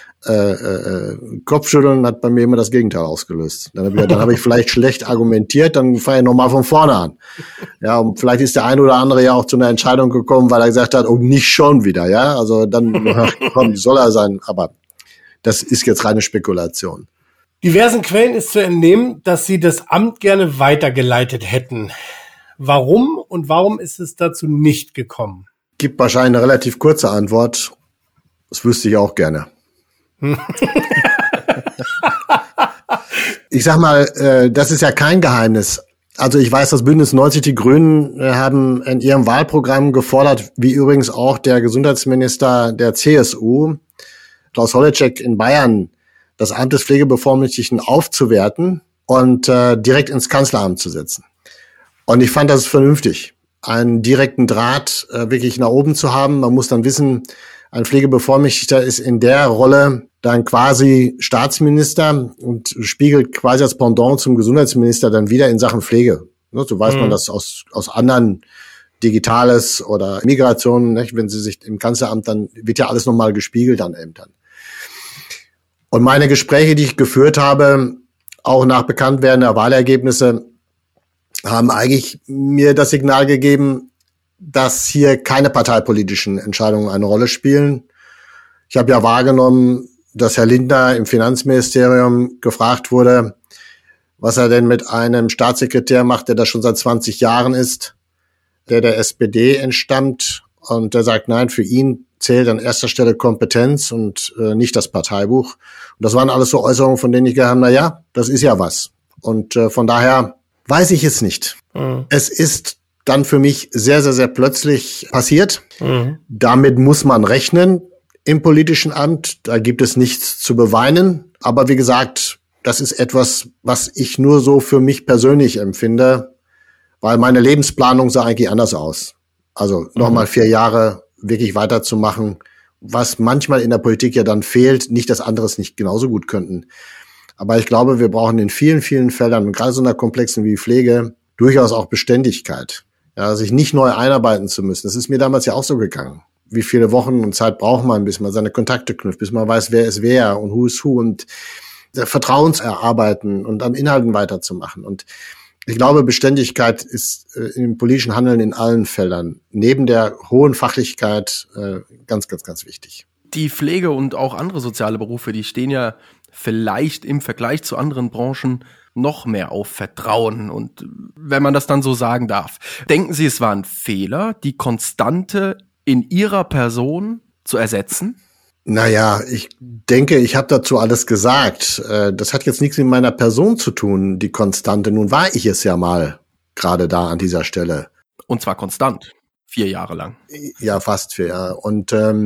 Kopfschütteln hat bei mir immer das Gegenteil ausgelöst. Dann habe ich vielleicht schlecht argumentiert, dann fange ich nochmal von vorne an. Ja, und vielleicht ist der eine oder andere ja auch zu einer Entscheidung gekommen, weil er gesagt hat, oh, nicht schon wieder, ja. Also dann, komm, soll er sein, aber das ist jetzt reine Spekulation. Diversen Quellen ist zu entnehmen, dass Sie das Amt gerne weitergeleitet hätten. Warum und warum ist es dazu nicht gekommen? Gibt wahrscheinlich eine relativ kurze Antwort. Das wüsste ich auch gerne. Ich sag mal, das ist ja kein Geheimnis. Also ich weiß, das Bündnis 90 Die Grünen haben in ihrem Wahlprogramm gefordert, wie übrigens auch der Gesundheitsminister der CSU, Klaus Holleczek in Bayern, das Amt des Pflegebevollmächtigten aufzuwerten und direkt ins Kanzleramt zu setzen. Und ich fand das vernünftig, einen direkten Draht wirklich nach oben zu haben. Man muss dann wissen, ein Pflegebevollmächtigter ist in der Rolle dann quasi Staatsminister und spiegelt quasi als Pendant zum Gesundheitsminister dann wieder in Sachen Pflege. So weiß man das aus anderen Digitales oder Migration, nicht? Wenn Sie sich im Kanzleramt, dann wird ja alles nochmal gespiegelt an Ämtern. Und meine Gespräche, die ich geführt habe, auch nach Bekanntwerden der Wahlergebnisse, haben eigentlich mir das Signal gegeben, dass hier keine parteipolitischen Entscheidungen eine Rolle spielen. Ich habe ja wahrgenommen, dass Herr Lindner im Finanzministerium gefragt wurde, was er denn mit einem Staatssekretär macht, der da schon seit 20 Jahren ist, der SPD entstammt. Und der sagt, nein, für ihn zählt an erster Stelle Kompetenz und nicht das Parteibuch. Und das waren alles so Äußerungen, von denen ich gedacht habe, na ja, das ist ja was. Und von daher weiß ich es nicht. Mhm. Es ist dann für mich sehr, sehr, sehr plötzlich passiert. Mhm. Damit muss man rechnen im politischen Amt. Da gibt es nichts zu beweinen. Aber wie gesagt, das ist etwas, was ich nur so für mich persönlich empfinde, weil meine Lebensplanung sah eigentlich anders aus. Also nochmal 4 Jahre wirklich weiterzumachen, was manchmal in der Politik ja dann fehlt. Nicht, dass andere es nicht genauso gut könnten. Aber ich glaube, wir brauchen in vielen, vielen Feldern, gerade so einer komplexen wie Pflege, durchaus auch Beständigkeit. Ja, sich nicht neu einarbeiten zu müssen. Das ist mir damals ja auch so gegangen. Wie viele Wochen und Zeit braucht man, bis man seine Kontakte knüpft, bis man weiß, wer ist wer und who is who und Vertrauens erarbeiten und an Inhalten weiterzumachen. Und ich glaube, Beständigkeit ist im politischen Handeln in allen Feldern neben der hohen Fachlichkeit ganz, ganz, ganz wichtig. Die Pflege und auch andere soziale Berufe, die stehen ja vielleicht im Vergleich zu anderen Branchen noch mehr auf Vertrauen und wenn man das dann so sagen darf. Denken Sie, es war ein Fehler, die Konstante in Ihrer Person zu ersetzen? Naja, ich denke, ich habe dazu alles gesagt. Das hat jetzt nichts mit meiner Person zu tun, die Konstante. Nun war ich es ja mal, gerade da an dieser Stelle. Und zwar konstant, 4 Jahre lang. Ja, fast 4 Jahre. Und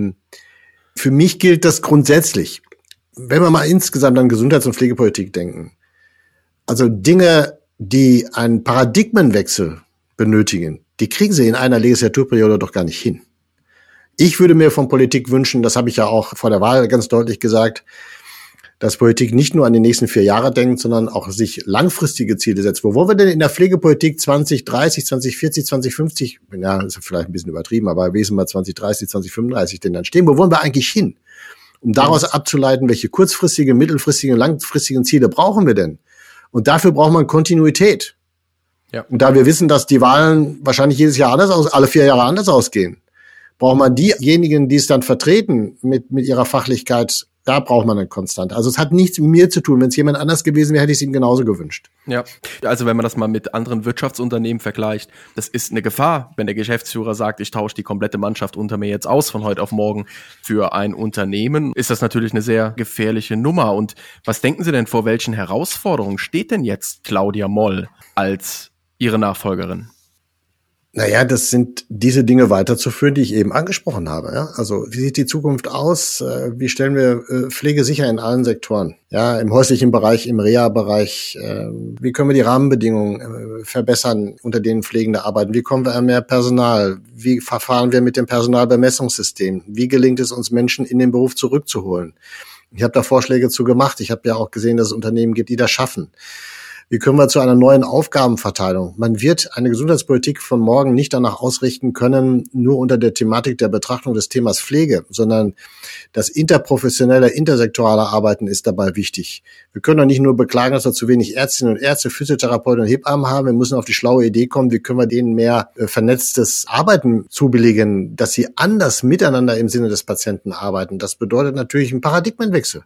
für mich gilt das grundsätzlich, wenn wir mal insgesamt an Gesundheits- und Pflegepolitik denken. Also Dinge, die einen Paradigmenwechsel benötigen, die kriegen sie in einer Legislaturperiode doch gar nicht hin. Ich würde mir von Politik wünschen, das habe ich ja auch vor der Wahl ganz deutlich gesagt, dass Politik nicht nur an die nächsten 4 Jahre denkt, sondern auch sich langfristige Ziele setzt. Wo wollen wir denn in der Pflegepolitik 2030, 2040, 2050, ja, ist vielleicht ein bisschen übertrieben, aber wesen mal 2030, 2035 denn dann stehen? Wo wollen wir eigentlich hin? Um daraus abzuleiten, welche kurzfristige, mittelfristige und langfristigen Ziele brauchen wir denn? Und dafür braucht man Kontinuität. Ja. Und da wir wissen, dass die Wahlen wahrscheinlich jedes Jahr alle 4 Jahre anders ausgehen, braucht man diejenigen, die es dann vertreten mit ihrer Fachlichkeit, da braucht man eine Konstante. Also es hat nichts mit mir zu tun. Wenn es jemand anders gewesen wäre, hätte ich es ihm genauso gewünscht. Ja, also wenn man das mal mit anderen Wirtschaftsunternehmen vergleicht, das ist eine Gefahr, wenn der Geschäftsführer sagt, ich tausche die komplette Mannschaft unter mir jetzt aus von heute auf morgen für ein Unternehmen, ist das natürlich eine sehr gefährliche Nummer. Und was denken Sie denn, vor welchen Herausforderungen steht denn jetzt Claudia Moll als Ihre Nachfolgerin? Naja, das sind diese Dinge weiterzuführen, die ich eben angesprochen habe. Ja? Also wie sieht die Zukunft aus? Wie stellen wir Pflege sicher in allen Sektoren? Ja, im häuslichen Bereich, im Reha-Bereich. Wie können wir die Rahmenbedingungen verbessern, unter denen Pflegende arbeiten? Wie kommen wir an mehr Personal? Wie verfahren wir mit dem Personalbemessungssystem? Wie gelingt es uns, Menschen in den Beruf zurückzuholen? Ich habe da Vorschläge zu gemacht. Ich habe ja auch gesehen, dass es Unternehmen gibt, die das schaffen. Wie können wir zu einer neuen Aufgabenverteilung? Man wird eine Gesundheitspolitik von morgen nicht danach ausrichten können, nur unter der Thematik der Betrachtung des Themas Pflege, sondern das interprofessionelle, intersektorale Arbeiten ist dabei wichtig. Wir können doch nicht nur beklagen, dass wir zu wenig Ärztinnen und Ärzte, Physiotherapeuten und Hebammen haben. Wir müssen auf die schlaue Idee kommen, wie können wir denen mehr vernetztes Arbeiten zubilligen, dass sie anders miteinander im Sinne des Patienten arbeiten. Das bedeutet natürlich einen Paradigmenwechsel.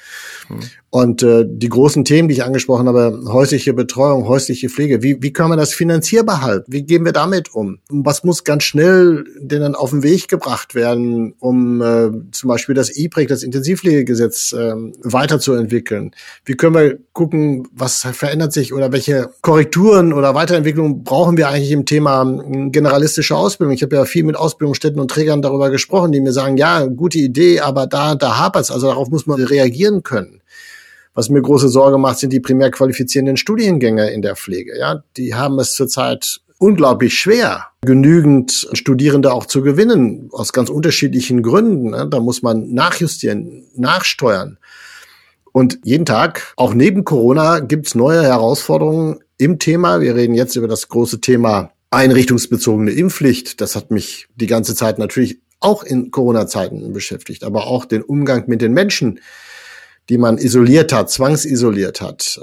Und die großen Themen, die ich angesprochen habe, häusliche Betreuung, häusliche Pflege, wie kann man das finanzierbar halten? Wie gehen wir damit um? Was muss ganz schnell denn dann auf den Weg gebracht werden, um zum Beispiel das IPREG, das Intensivpflegegesetz, weiterzuentwickeln? Wie können wir gucken, was verändert sich oder welche Korrekturen oder Weiterentwicklungen brauchen wir eigentlich im Thema generalistische Ausbildung? Ich habe ja viel mit Ausbildungsstätten und Trägern darüber gesprochen, die mir sagen, ja, gute Idee, aber da hapert's, also darauf muss man reagieren können. Was mir große Sorge macht, sind die primär qualifizierenden Studiengänge in der Pflege. Ja, die haben es zurzeit unglaublich schwer, genügend Studierende auch zu gewinnen, aus ganz unterschiedlichen Gründen. Da muss man nachjustieren, nachsteuern. Und jeden Tag, auch neben Corona, gibt's neue Herausforderungen im Thema. Wir reden jetzt über das große Thema einrichtungsbezogene Impfpflicht. Das hat mich die ganze Zeit natürlich auch in Corona-Zeiten beschäftigt, aber auch den Umgang mit den Menschen, die man isoliert hat, zwangsisoliert hat,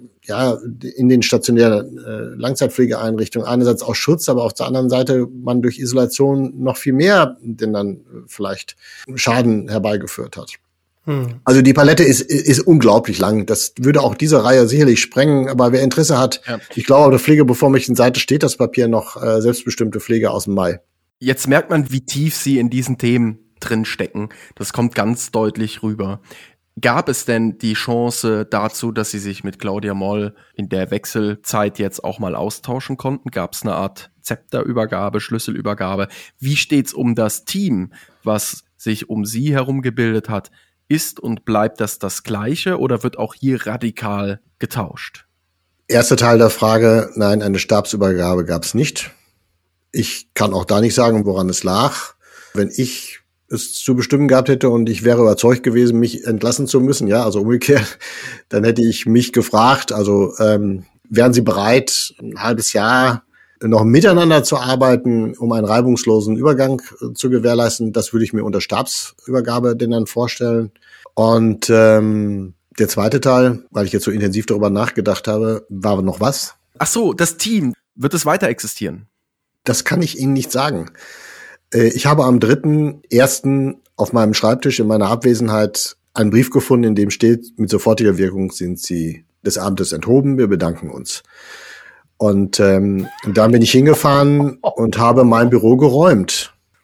in den stationären Langzeitpflegeeinrichtungen. Einerseits aus Schutz, aber auf der anderen Seite man durch Isolation noch viel mehr denn dann vielleicht Schaden herbeigeführt hat. Also die Palette ist unglaublich lang. Das würde auch diese Reihe sicherlich sprengen, aber wer Interesse hat, ich glaube, auf der pflegebevormächtigten Seite steht das Papier noch, selbstbestimmte Pflege aus dem Mai. Jetzt merkt man, wie tief Sie in diesen Themen drinstecken. Das kommt ganz deutlich rüber. Gab es denn die Chance dazu, dass Sie sich mit Claudia Moll in der Wechselzeit jetzt auch mal austauschen konnten? Gab es eine Art Zepterübergabe, Schlüsselübergabe? Wie steht's um das Team, was sich um Sie herum gebildet hat? Ist und bleibt das Gleiche oder wird auch hier radikal getauscht? Erster Teil der Frage, nein, eine Stabsübergabe gab es nicht. Ich kann auch da nicht sagen, woran es lag. Wenn ich es zu bestimmen gehabt hätte und ich wäre überzeugt gewesen, mich entlassen zu müssen, ja, also umgekehrt, dann hätte ich mich gefragt, also wären Sie bereit, ein halbes Jahr noch miteinander zu arbeiten, um einen reibungslosen Übergang zu gewährleisten? Das würde ich mir unter Stabsübergabe denn dann vorstellen. Und der zweite Teil, weil ich jetzt so intensiv darüber nachgedacht habe, war noch was? Ach so, das Team. Wird es weiter existieren? Das kann ich Ihnen nicht sagen. Ich habe am 3.1. auf meinem Schreibtisch in meiner Abwesenheit einen Brief gefunden, in dem steht, mit sofortiger Wirkung sind Sie des Amtes enthoben, wir bedanken uns. Und dann bin ich hingefahren und habe mein Büro geräumt.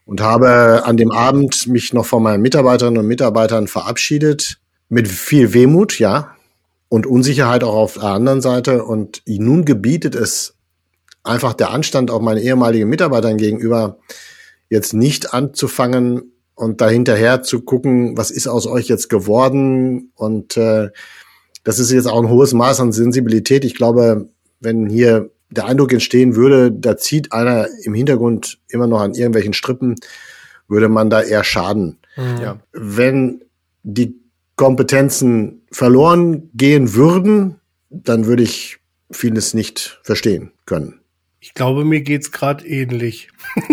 und habe an dem Abend mich noch von meinen Mitarbeiterinnen und Mitarbeitern verabschiedet. Mit viel Wehmut, ja, und Unsicherheit auch auf der anderen Seite. Und nun gebietet es einfach der Anstand auch meinen ehemaligen Mitarbeitern gegenüber, jetzt nicht anzufangen und dahinterher zu gucken, was ist aus euch jetzt geworden. Und das ist jetzt auch ein hohes Maß an Sensibilität. Ich glaube, wenn hier der Eindruck entstehen würde, da zieht einer im Hintergrund immer noch an irgendwelchen Strippen, würde man da eher schaden. Ja. Wenn die Kompetenzen verloren gehen würden, dann würde ich vieles nicht verstehen können. Ich glaube, mir geht's gerade ähnlich.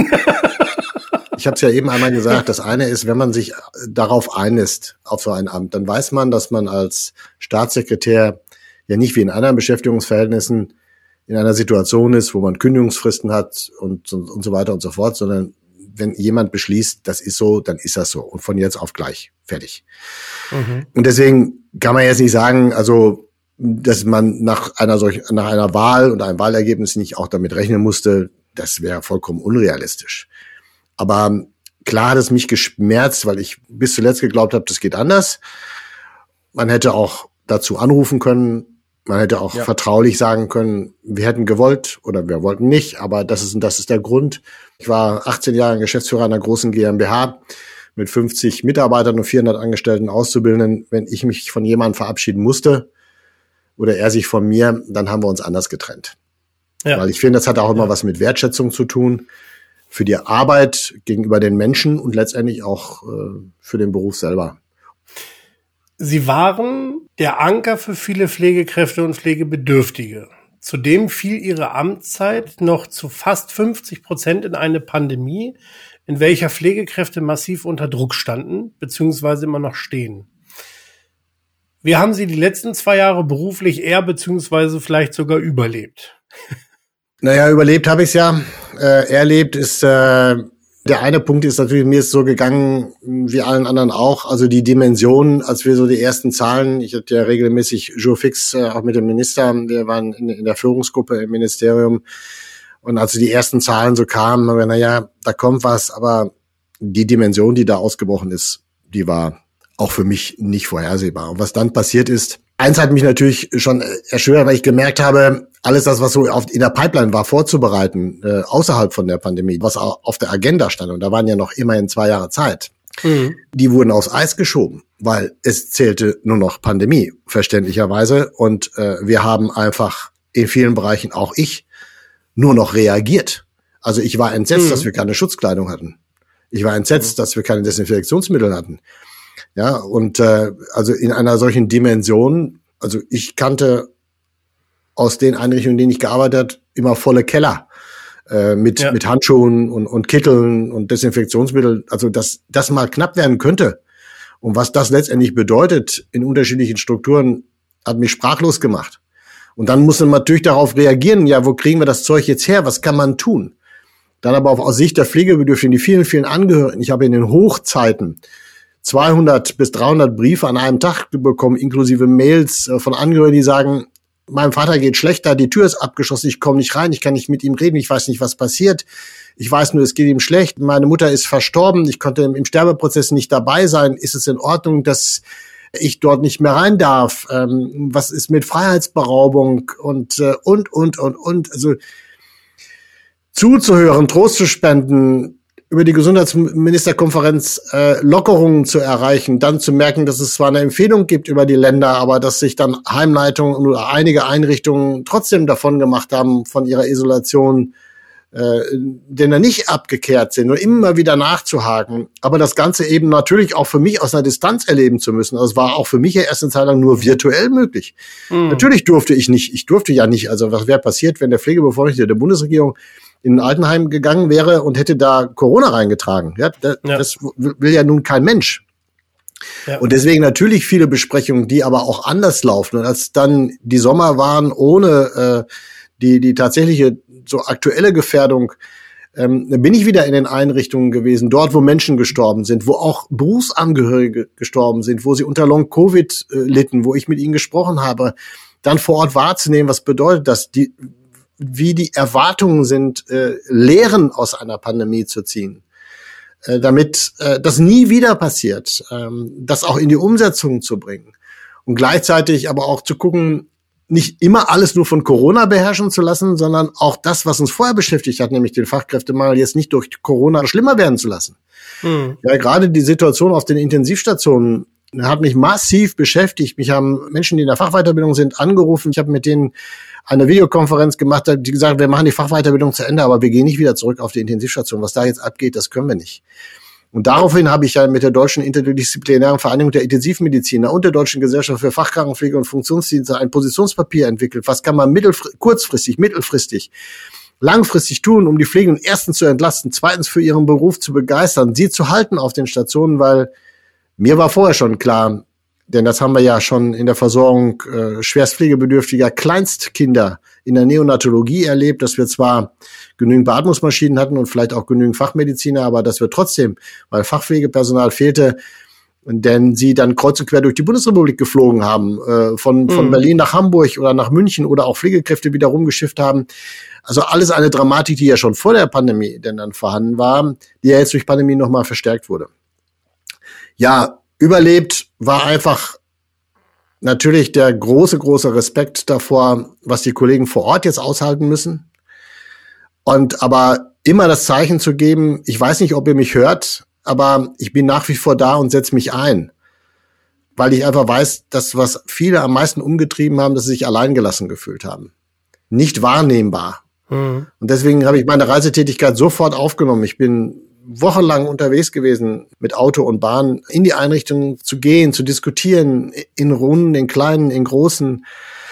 Ich habe es ja eben einmal gesagt, das eine ist, wenn man sich darauf einlässt, auf so ein Amt, dann weiß man, dass man als Staatssekretär ja nicht wie in anderen Beschäftigungsverhältnissen in einer Situation ist, wo man Kündigungsfristen hat und so weiter und so fort, sondern wenn jemand beschließt, das ist so, dann ist das so. Und von jetzt auf gleich. Fertig. Mhm. Und deswegen kann man jetzt nicht sagen, also, dass man nach einer Wahl und einem Wahlergebnis nicht auch damit rechnen musste. Das wäre vollkommen unrealistisch. Aber klar hat es mich geschmerzt, weil ich bis zuletzt geglaubt habe, das geht anders. Man hätte auch dazu anrufen können. Man hätte auch vertraulich sagen können, wir hätten gewollt oder wir wollten nicht, aber das ist der Grund. Ich war 18 Jahre Geschäftsführer einer großen GmbH mit 50 Mitarbeitern und 400 Angestellten Auszubildenden. Wenn ich mich von jemandem verabschieden musste oder er sich von mir, dann haben wir uns anders getrennt. Ja. Weil ich finde, das hat auch immer was mit Wertschätzung zu tun für die Arbeit gegenüber den Menschen und letztendlich auch für den Beruf selber. Sie waren der Anker für viele Pflegekräfte und Pflegebedürftige. Zudem fiel Ihre Amtszeit noch zu fast 50% in eine Pandemie, in welcher Pflegekräfte massiv unter Druck standen, beziehungsweise immer noch stehen. Wie haben Sie die letzten 2 Jahre beruflich beziehungsweise vielleicht sogar überlebt? Naja, überlebt habe ich es ja. Erlebt ist der eine Punkt ist natürlich, mir ist so gegangen, wie allen anderen auch, also die Dimension, als wir so die ersten Zahlen, ich hatte ja regelmäßig Jour fix, auch mit dem Minister, wir waren in der Führungsgruppe im Ministerium, und als die ersten Zahlen so kamen, haben wir, naja, da kommt was, aber die Dimension, die da ausgebrochen ist, die war auch für mich nicht vorhersehbar. Und was dann passiert ist, eins hat mich natürlich schon erschwert, weil ich gemerkt habe, alles das, was so in der Pipeline war, vorzubereiten, außerhalb von der Pandemie, was auf der Agenda stand, und da waren ja noch immerhin 2 Jahre Zeit, die wurden aufs Eis geschoben, weil es zählte nur noch Pandemie, verständlicherweise. Und wir haben einfach in vielen Bereichen, auch ich, nur noch reagiert. Also ich war entsetzt, dass wir keine Schutzkleidung hatten. Ich war entsetzt, dass wir keine Desinfektionsmittel hatten. Ja, und also in einer solchen Dimension, also ich kannte aus den Einrichtungen, in denen ich gearbeitet habe, immer volle Keller mit Handschuhen und Kitteln und Desinfektionsmittel. Also dass das mal knapp werden könnte und was das letztendlich bedeutet in unterschiedlichen Strukturen, hat mich sprachlos gemacht. Und dann muss man natürlich darauf reagieren, ja, wo kriegen wir das Zeug jetzt her? Was kann man tun? Dann aber auch aus Sicht der Pflegebedürftigen, die vielen, vielen Angehörigen. Ich habe in den Hochzeiten 200 bis 300 Briefe an einem Tag bekommen, inklusive Mails von Angehörigen, die sagen, meinem Vater geht schlechter, die Tür ist abgeschlossen, ich komme nicht rein, ich kann nicht mit ihm reden, ich weiß nicht, was passiert. Ich weiß nur, es geht ihm schlecht. Meine Mutter ist verstorben, ich konnte im Sterbeprozess nicht dabei sein. Ist es in Ordnung, dass ich dort nicht mehr rein darf? Was ist mit Freiheitsberaubung und. Also zuzuhören, Trost zu spenden, über die Gesundheitsministerkonferenz Lockerungen zu erreichen, dann zu merken, dass es zwar eine Empfehlung gibt über die Länder, aber dass sich dann Heimleitungen oder einige Einrichtungen trotzdem davon gemacht haben, von ihrer Isolation, denn nicht abgekehrt sind, nur immer wieder nachzuhaken. Aber das Ganze eben natürlich auch für mich aus einer Distanz erleben zu müssen. Also es war auch für mich ja erst eine Zeit lang nur virtuell möglich. Natürlich durfte ich durfte ja nicht. Also was wäre passiert, wenn der Pflegebevollmächtigte der Bundesregierung in ein Altenheim gegangen wäre und hätte da Corona reingetragen? Ja, das will ja nun kein Mensch. Ja. Und deswegen natürlich viele Besprechungen, die aber auch anders laufen. Und als dann die Sommer waren ohne die tatsächliche so aktuelle Gefährdung, bin ich wieder in den Einrichtungen gewesen, dort, wo Menschen gestorben sind, wo auch Berufsangehörige gestorben sind, wo sie unter Long-Covid litten, wo ich mit ihnen gesprochen habe, dann vor Ort wahrzunehmen, was bedeutet das, wie die Erwartungen sind, Lehren aus einer Pandemie zu ziehen. damit das nie wieder passiert, das auch in die Umsetzung zu bringen und gleichzeitig aber auch zu gucken, nicht immer alles nur von Corona beherrschen zu lassen, sondern auch das, was uns vorher beschäftigt hat, nämlich den Fachkräftemangel, jetzt nicht durch Corona schlimmer werden zu lassen. Ja, gerade die Situation auf den Intensivstationen hat mich massiv beschäftigt. Mich haben Menschen, die in der Fachweiterbildung sind, angerufen. Ich habe mit denen eine Videokonferenz gemacht, die gesagt, wir machen die Fachweiterbildung zu Ende, aber wir gehen nicht wieder zurück auf die Intensivstation. Was da jetzt abgeht, das können wir nicht. Und daraufhin habe ich ja mit der Deutschen Interdisziplinären Vereinigung der Intensivmediziner und der Deutschen Gesellschaft für Fachkrankenpflege und Funktionsdienste ein Positionspapier entwickelt. Was kann man kurzfristig, mittelfristig, langfristig tun, um die Pflegenden erstens zu entlasten, zweitens für ihren Beruf zu begeistern, sie zu halten auf den Stationen, weil mir war vorher schon klar, denn das haben wir ja schon in der Versorgung schwerstpflegebedürftiger Kleinstkinder in der Neonatologie erlebt, dass wir zwar genügend Beatmungsmaschinen hatten und vielleicht auch genügend Fachmediziner, aber dass wir trotzdem, weil Fachpflegepersonal fehlte, denn sie dann kreuz und quer durch die Bundesrepublik geflogen haben, von Berlin nach Hamburg oder nach München oder auch Pflegekräfte wieder rumgeschifft haben. Also alles eine Dramatik, die ja schon vor der Pandemie denn dann vorhanden war, die ja jetzt durch Pandemie nochmal verstärkt wurde. Ja, überlebt war einfach natürlich der große Respekt davor, was die Kollegen vor Ort jetzt aushalten müssen. Und aber immer das Zeichen zu geben, ich weiß nicht, ob ihr mich hört, aber ich bin nach wie vor da und setze mich ein. Weil ich einfach weiß, dass was viele am meisten umgetrieben haben, dass sie sich alleingelassen gefühlt haben. Nicht wahrnehmbar. Und deswegen habe ich meine Reisetätigkeit sofort aufgenommen. Ich bin wochenlang unterwegs gewesen, mit Auto und Bahn in die Einrichtung zu gehen, zu diskutieren, in Runden, in kleinen, in großen,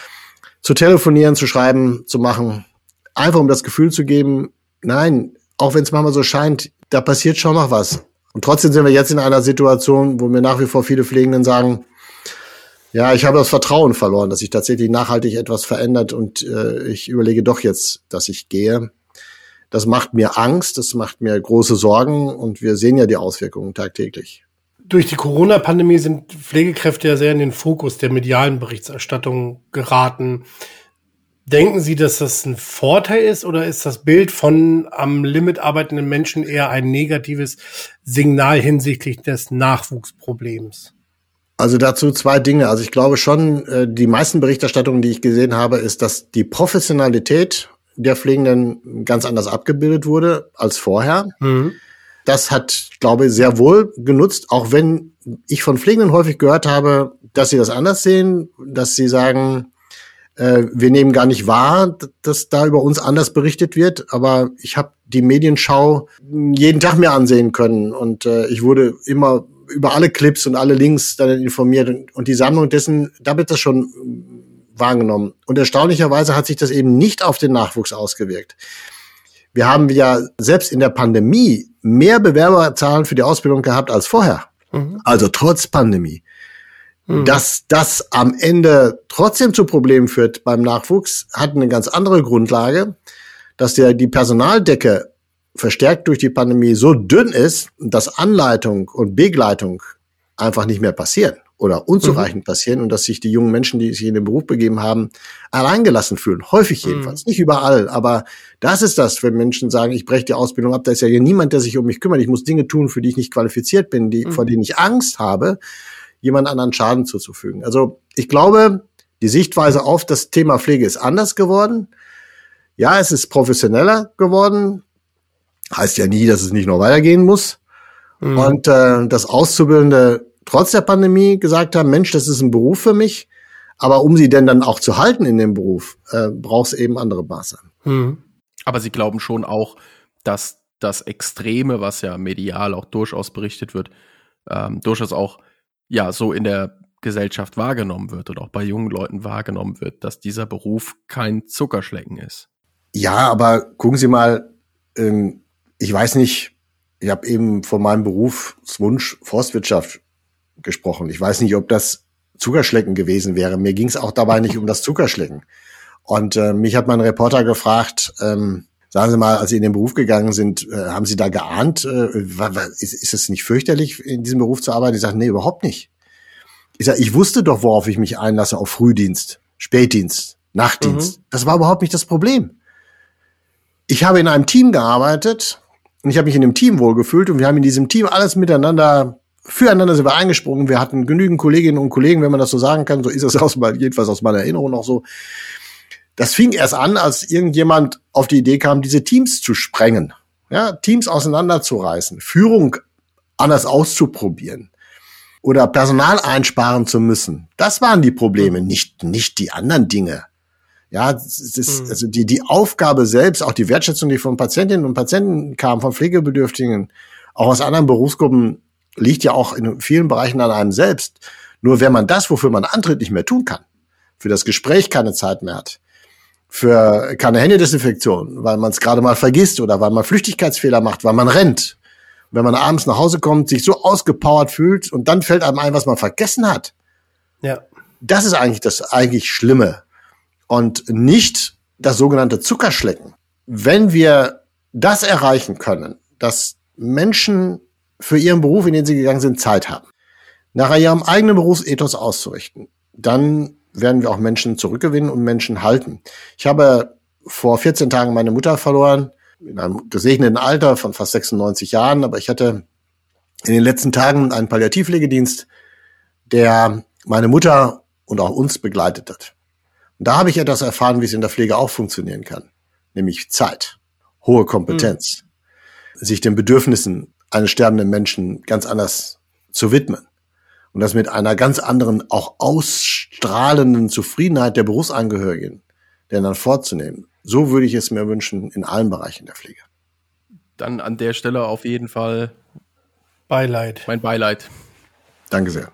zu telefonieren, zu schreiben, zu machen. Einfach um das Gefühl zu geben, nein, auch wenn es manchmal so scheint, da passiert schon noch was. Und trotzdem sind wir jetzt in einer Situation, wo mir nach wie vor viele Pflegenden sagen, ja, ich habe das Vertrauen verloren, dass sich tatsächlich nachhaltig etwas verändert und ich überlege doch jetzt, dass ich gehe. Das macht mir Angst, das macht mir große Sorgen und wir sehen ja die Auswirkungen tagtäglich. Durch die Corona-Pandemie sind Pflegekräfte ja sehr in den Fokus der medialen Berichterstattung geraten. Denken Sie, dass das ein Vorteil ist oder ist das Bild von am Limit arbeitenden Menschen eher ein negatives Signal hinsichtlich des Nachwuchsproblems? Also dazu zwei Dinge. Also ich glaube schon, die meisten Berichterstattungen, die ich gesehen habe, ist, dass die Professionalität der Pflegenden ganz anders abgebildet wurde als vorher. Das hat, glaube ich, sehr wohl genutzt, auch wenn ich von Pflegenden häufig gehört habe, dass sie das anders sehen, dass sie sagen, wir nehmen gar nicht wahr, dass da über uns anders berichtet wird, aber ich habe die Medienschau jeden Tag mir ansehen können und ich wurde immer über alle Clips und alle Links dann informiert und die Sammlung dessen, da wird das schon wahrgenommen. Und erstaunlicherweise hat sich das eben nicht auf den Nachwuchs ausgewirkt. Wir haben ja selbst in der Pandemie mehr Bewerberzahlen für die Ausbildung gehabt als vorher. Also trotz Pandemie. Dass das am Ende trotzdem zu Problemen führt beim Nachwuchs, hat eine ganz andere Grundlage, dass die Personaldecke verstärkt durch die Pandemie so dünn ist, dass Anleitung und Begleitung einfach nicht mehr passieren oder unzureichend passieren und dass sich die jungen Menschen, die sich in den Beruf begeben haben, alleingelassen fühlen. Häufig jedenfalls. Nicht überall, aber das ist das, wenn Menschen sagen, ich breche die Ausbildung ab, da ist ja hier niemand, der sich um mich kümmert. Ich muss Dinge tun, für die ich nicht qualifiziert bin, vor denen ich Angst habe, jemand anderen Schaden zuzufügen. Also ich glaube, die Sichtweise auf das Thema Pflege ist anders geworden. Ja, es ist professioneller geworden. Heißt ja nie, dass es nicht noch weitergehen muss. Und dass Auszubildende trotz der Pandemie gesagt haben, Mensch, das ist ein Beruf für mich. Aber um sie denn dann auch zu halten in dem Beruf, braucht es eben andere Maßnahmen. Aber Sie glauben schon auch, dass das Extreme, was ja medial auch durchaus berichtet wird, durchaus auch ja so in der Gesellschaft wahrgenommen wird und auch bei jungen Leuten wahrgenommen wird, dass dieser Beruf kein Zuckerschlecken ist. Ja, aber gucken Sie mal, ich weiß nicht, ich habe eben von meinem Berufswunsch Forstwirtschaft gesprochen. Ich weiß nicht, ob das Zuckerschlecken gewesen wäre. Mir ging es auch dabei nicht um das Zuckerschlecken. Und mich hat mein Reporter gefragt, sagen Sie mal, als Sie in den Beruf gegangen sind, haben Sie da geahnt, ist es nicht fürchterlich, in diesem Beruf zu arbeiten? Ich sage, nee, überhaupt nicht. Ich sage, ich wusste doch, worauf ich mich einlasse, auf Frühdienst, Spätdienst, Nachtdienst. Das war überhaupt nicht das Problem. Ich habe in einem Team gearbeitet, Und ich habe mich in dem Team wohlgefühlt und wir haben in diesem Team alles füreinander sind wir eingesprungen. Wir hatten genügend Kolleginnen und Kollegen, wenn man das so sagen kann. So ist es jedenfalls aus meiner Erinnerung noch so. Das fing erst an, als irgendjemand auf die Idee kam, diese Teams zu sprengen. Ja, Teams auseinanderzureißen, Führung anders auszuprobieren oder Personal einsparen zu müssen. Das waren die Probleme, nicht die anderen Dinge. Ja, also die Aufgabe selbst, auch die Wertschätzung, die von Patientinnen und Patienten kam, von Pflegebedürftigen, auch aus anderen Berufsgruppen, liegt ja auch in vielen Bereichen an einem selbst. Nur wenn man das, wofür man antritt, nicht mehr tun kann, für das Gespräch keine Zeit mehr hat, für keine Händedesinfektion, weil man es gerade mal vergisst oder weil man Flüchtigkeitsfehler macht, weil man rennt. Wenn man abends nach Hause kommt, sich so ausgepowert fühlt und dann fällt einem ein, was man vergessen hat. Ja. Das ist eigentlich das eigentlich Schlimme und nicht das sogenannte Zuckerschlecken. Wenn wir das erreichen können, dass Menschen für ihren Beruf, in den sie gegangen sind, Zeit haben, nach ihrem eigenen Berufsethos auszurichten, dann werden wir auch Menschen zurückgewinnen und Menschen halten. Ich habe vor 14 Tagen meine Mutter verloren, in einem gesegneten Alter von fast 96 Jahren, aber ich hatte in den letzten Tagen einen Palliativpflegedienst, der meine Mutter und auch uns begleitet hat. Und da habe ich etwas erfahren, wie es in der Pflege auch funktionieren kann, nämlich Zeit, hohe Kompetenz, sich den Bedürfnissen eines sterbenden Menschen ganz anders zu widmen und das mit einer ganz anderen, auch ausstrahlenden Zufriedenheit der Berufsangehörigen, denn dann vorzunehmen. So würde ich es mir wünschen in allen Bereichen der Pflege. Dann an der Stelle auf jeden Fall Beileid. mein Beileid. Danke sehr.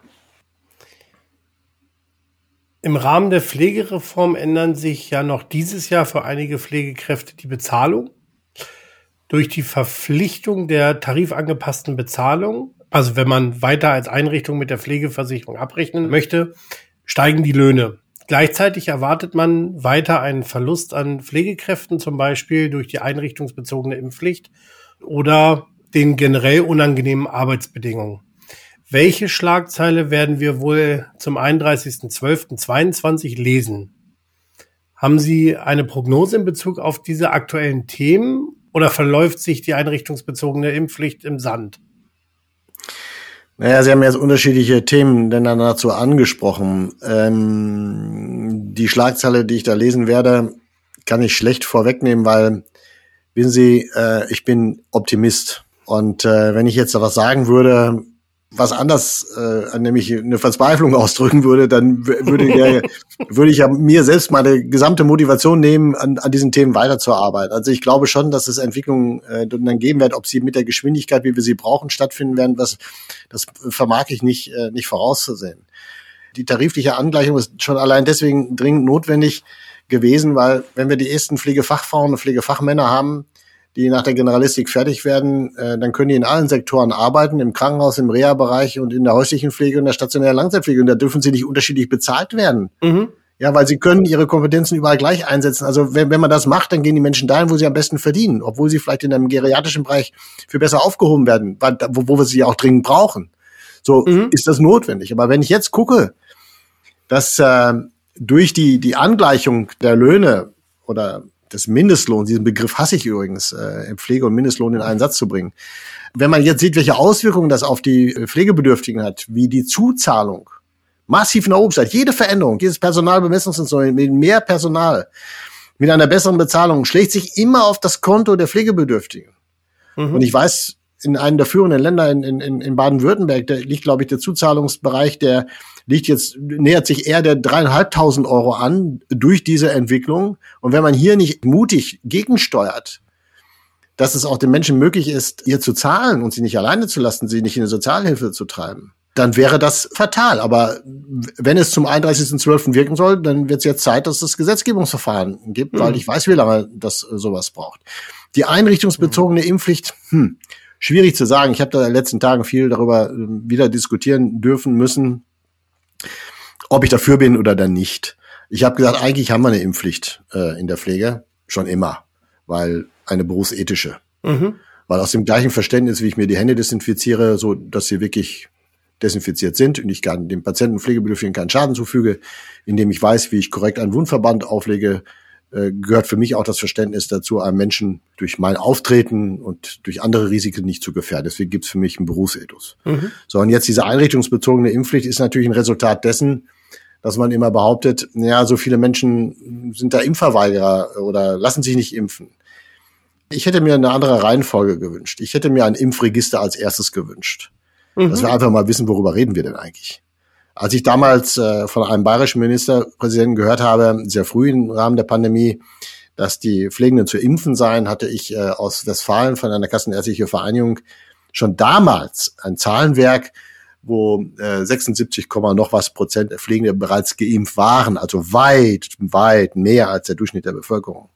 Im Rahmen der Pflegereform ändern sich ja noch dieses Jahr für einige Pflegekräfte die Bezahlung. Durch die Verpflichtung der tarifangepassten Bezahlung, also wenn man weiter als Einrichtung mit der Pflegeversicherung abrechnen möchte, steigen die Löhne. Gleichzeitig erwartet man weiter einen Verlust an Pflegekräften, zum Beispiel durch die einrichtungsbezogene Impfpflicht oder den generell unangenehmen Arbeitsbedingungen. Welche Schlagzeile werden wir wohl zum 31.12.22 lesen? Haben Sie eine Prognose in Bezug auf diese aktuellen Themen oder verläuft sich die einrichtungsbezogene Impfpflicht im Sand? Naja, Sie haben jetzt unterschiedliche Themen denn dann dazu angesprochen. Die Schlagzeile, die ich da lesen werde, kann ich schlecht vorwegnehmen, weil, wissen Sie, ich bin Optimist. Und wenn ich jetzt da was sagen würde, was anders, nämlich eine Verzweiflung ausdrücken würde, dann würde ich ja mir selbst meine gesamte Motivation nehmen, an diesen Themen weiterzuarbeiten. Also ich glaube schon, dass es Entwicklungen dann geben wird, ob sie mit der Geschwindigkeit, wie wir sie brauchen, stattfinden werden, das vermag ich nicht vorauszusehen. Die tarifliche Angleichung ist schon allein deswegen dringend notwendig gewesen, weil wenn wir die ersten Pflegefachfrauen und Pflegefachmänner haben, die nach der Generalistik fertig werden, dann können die in allen Sektoren arbeiten, im Krankenhaus, im Reha-Bereich und in der häuslichen Pflege und der stationären Langzeitpflege. Und da dürfen sie nicht unterschiedlich bezahlt werden. Mhm. Ja, weil sie können ihre Kompetenzen überall gleich einsetzen. Also wenn man das macht, dann gehen die Menschen dahin, wo sie am besten verdienen, obwohl sie vielleicht in einem geriatrischen Bereich viel besser aufgehoben werden, wo wir sie auch dringend brauchen. So ist das notwendig. Aber wenn ich jetzt gucke, dass durch die Angleichung der Löhne oder des Mindestlohns, diesen Begriff hasse ich übrigens, Pflege und Mindestlohn in einen Satz zu bringen. Wenn man jetzt sieht, welche Auswirkungen das auf die Pflegebedürftigen hat, wie die Zuzahlung massiv nach oben steigt, jede Veränderung, dieses Personalbemessungsinstrument mit mehr Personal, mit einer besseren Bezahlung, schlägt sich immer auf das Konto der Pflegebedürftigen. Und ich weiß, in einem der führenden Länder in Baden-Württemberg, da liegt, glaube ich, der Zuzahlungsbereich, nähert sich eher der 3.500 Euro an durch diese Entwicklung. Und wenn man hier nicht mutig gegensteuert, dass es auch den Menschen möglich ist, hier zu zahlen und sie nicht alleine zu lassen, sie nicht in eine Sozialhilfe zu treiben, dann wäre das fatal. Aber wenn es zum 31.12. wirken soll, dann wird es jetzt Zeit, dass es das Gesetzgebungsverfahren gibt, weil ich weiß, wie lange das sowas braucht. Die einrichtungsbezogene Impfpflicht, schwierig zu sagen. Ich habe da in den letzten Tagen viel darüber wieder diskutieren dürfen müssen, ob ich dafür bin oder dann nicht. Ich habe gesagt, eigentlich haben wir eine Impfpflicht in der Pflege, schon immer, weil eine berufsethische. Weil aus dem gleichen Verständnis, wie ich mir die Hände desinfiziere, so dass sie wirklich desinfiziert sind und ich dem Patienten Pflegebedürftigen keinen Schaden zufüge, indem ich weiß, wie ich korrekt einen Wundverband auflege, gehört für mich auch das Verständnis dazu, einem Menschen durch mein Auftreten und durch andere Risiken nicht zu gefährden. Deswegen gibt's für mich einen Berufsethos. So, und jetzt diese einrichtungsbezogene Impfpflicht ist natürlich ein Resultat dessen, dass man immer behauptet, ja, so viele Menschen sind da Impfverweigerer oder lassen sich nicht impfen. Ich hätte mir eine andere Reihenfolge gewünscht. Ich hätte mir ein Impfregister als erstes gewünscht. Dass wir einfach mal wissen, worüber reden wir denn eigentlich. Als ich damals von einem bayerischen Ministerpräsidenten gehört habe, sehr früh im Rahmen der Pandemie, dass die Pflegenden zu impfen seien, hatte ich aus Westfalen von einer Kassenärztlichen Vereinigung schon damals ein Zahlenwerk, wo 76, noch was Prozent der Pflegenden bereits geimpft waren, also weit, weit mehr als der Durchschnitt der Bevölkerung.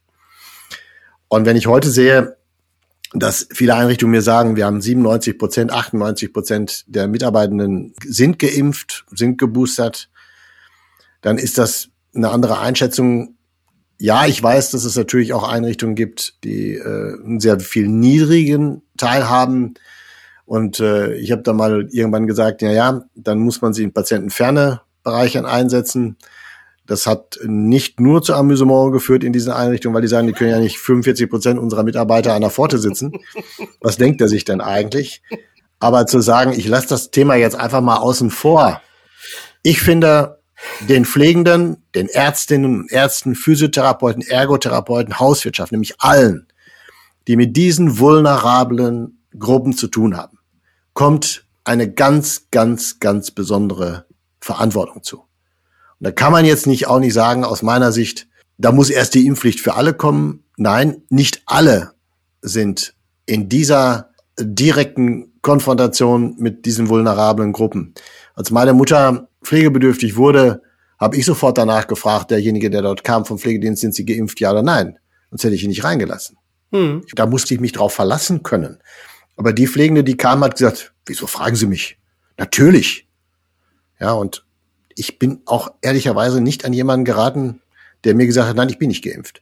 Und wenn ich heute sehe, dass viele Einrichtungen mir sagen, wir haben 97%, 98% der Mitarbeitenden sind geimpft, sind geboostert, dann ist das eine andere Einschätzung. Ja, ich weiß, dass es natürlich auch Einrichtungen gibt, die einen sehr viel niedrigen Teil haben. Und ich habe da mal irgendwann gesagt, ja, dann muss man sie in patientenferne Bereichen einsetzen. Das hat nicht nur zu Amüsement geführt in diesen Einrichtungen, weil die sagen, die können ja nicht 45% unserer Mitarbeiter an der Pforte sitzen. Was denkt er sich denn eigentlich? Aber zu sagen, ich lasse das Thema jetzt einfach mal außen vor. Ich finde, den Pflegenden, den Ärztinnen und Ärzten, Physiotherapeuten, Ergotherapeuten, Hauswirtschaft, nämlich allen, die mit diesen vulnerablen Gruppen zu tun haben, kommt eine ganz, ganz, ganz besondere Verantwortung zu. Und da kann man jetzt auch nicht sagen, aus meiner Sicht, da muss erst die Impfpflicht für alle kommen. Nein, nicht alle sind in dieser direkten Konfrontation mit diesen vulnerablen Gruppen. Als meine Mutter pflegebedürftig wurde, habe ich sofort danach gefragt, derjenige, der dort kam vom Pflegedienst, sind Sie geimpft, ja oder nein? Sonst hätte ich ihn nicht reingelassen. Da musste ich mich drauf verlassen können. Aber die Pflegende, die kam, hat gesagt, wieso fragen Sie mich? Natürlich. Ja, und ich bin auch ehrlicherweise nicht an jemanden geraten, der mir gesagt hat, nein, ich bin nicht geimpft.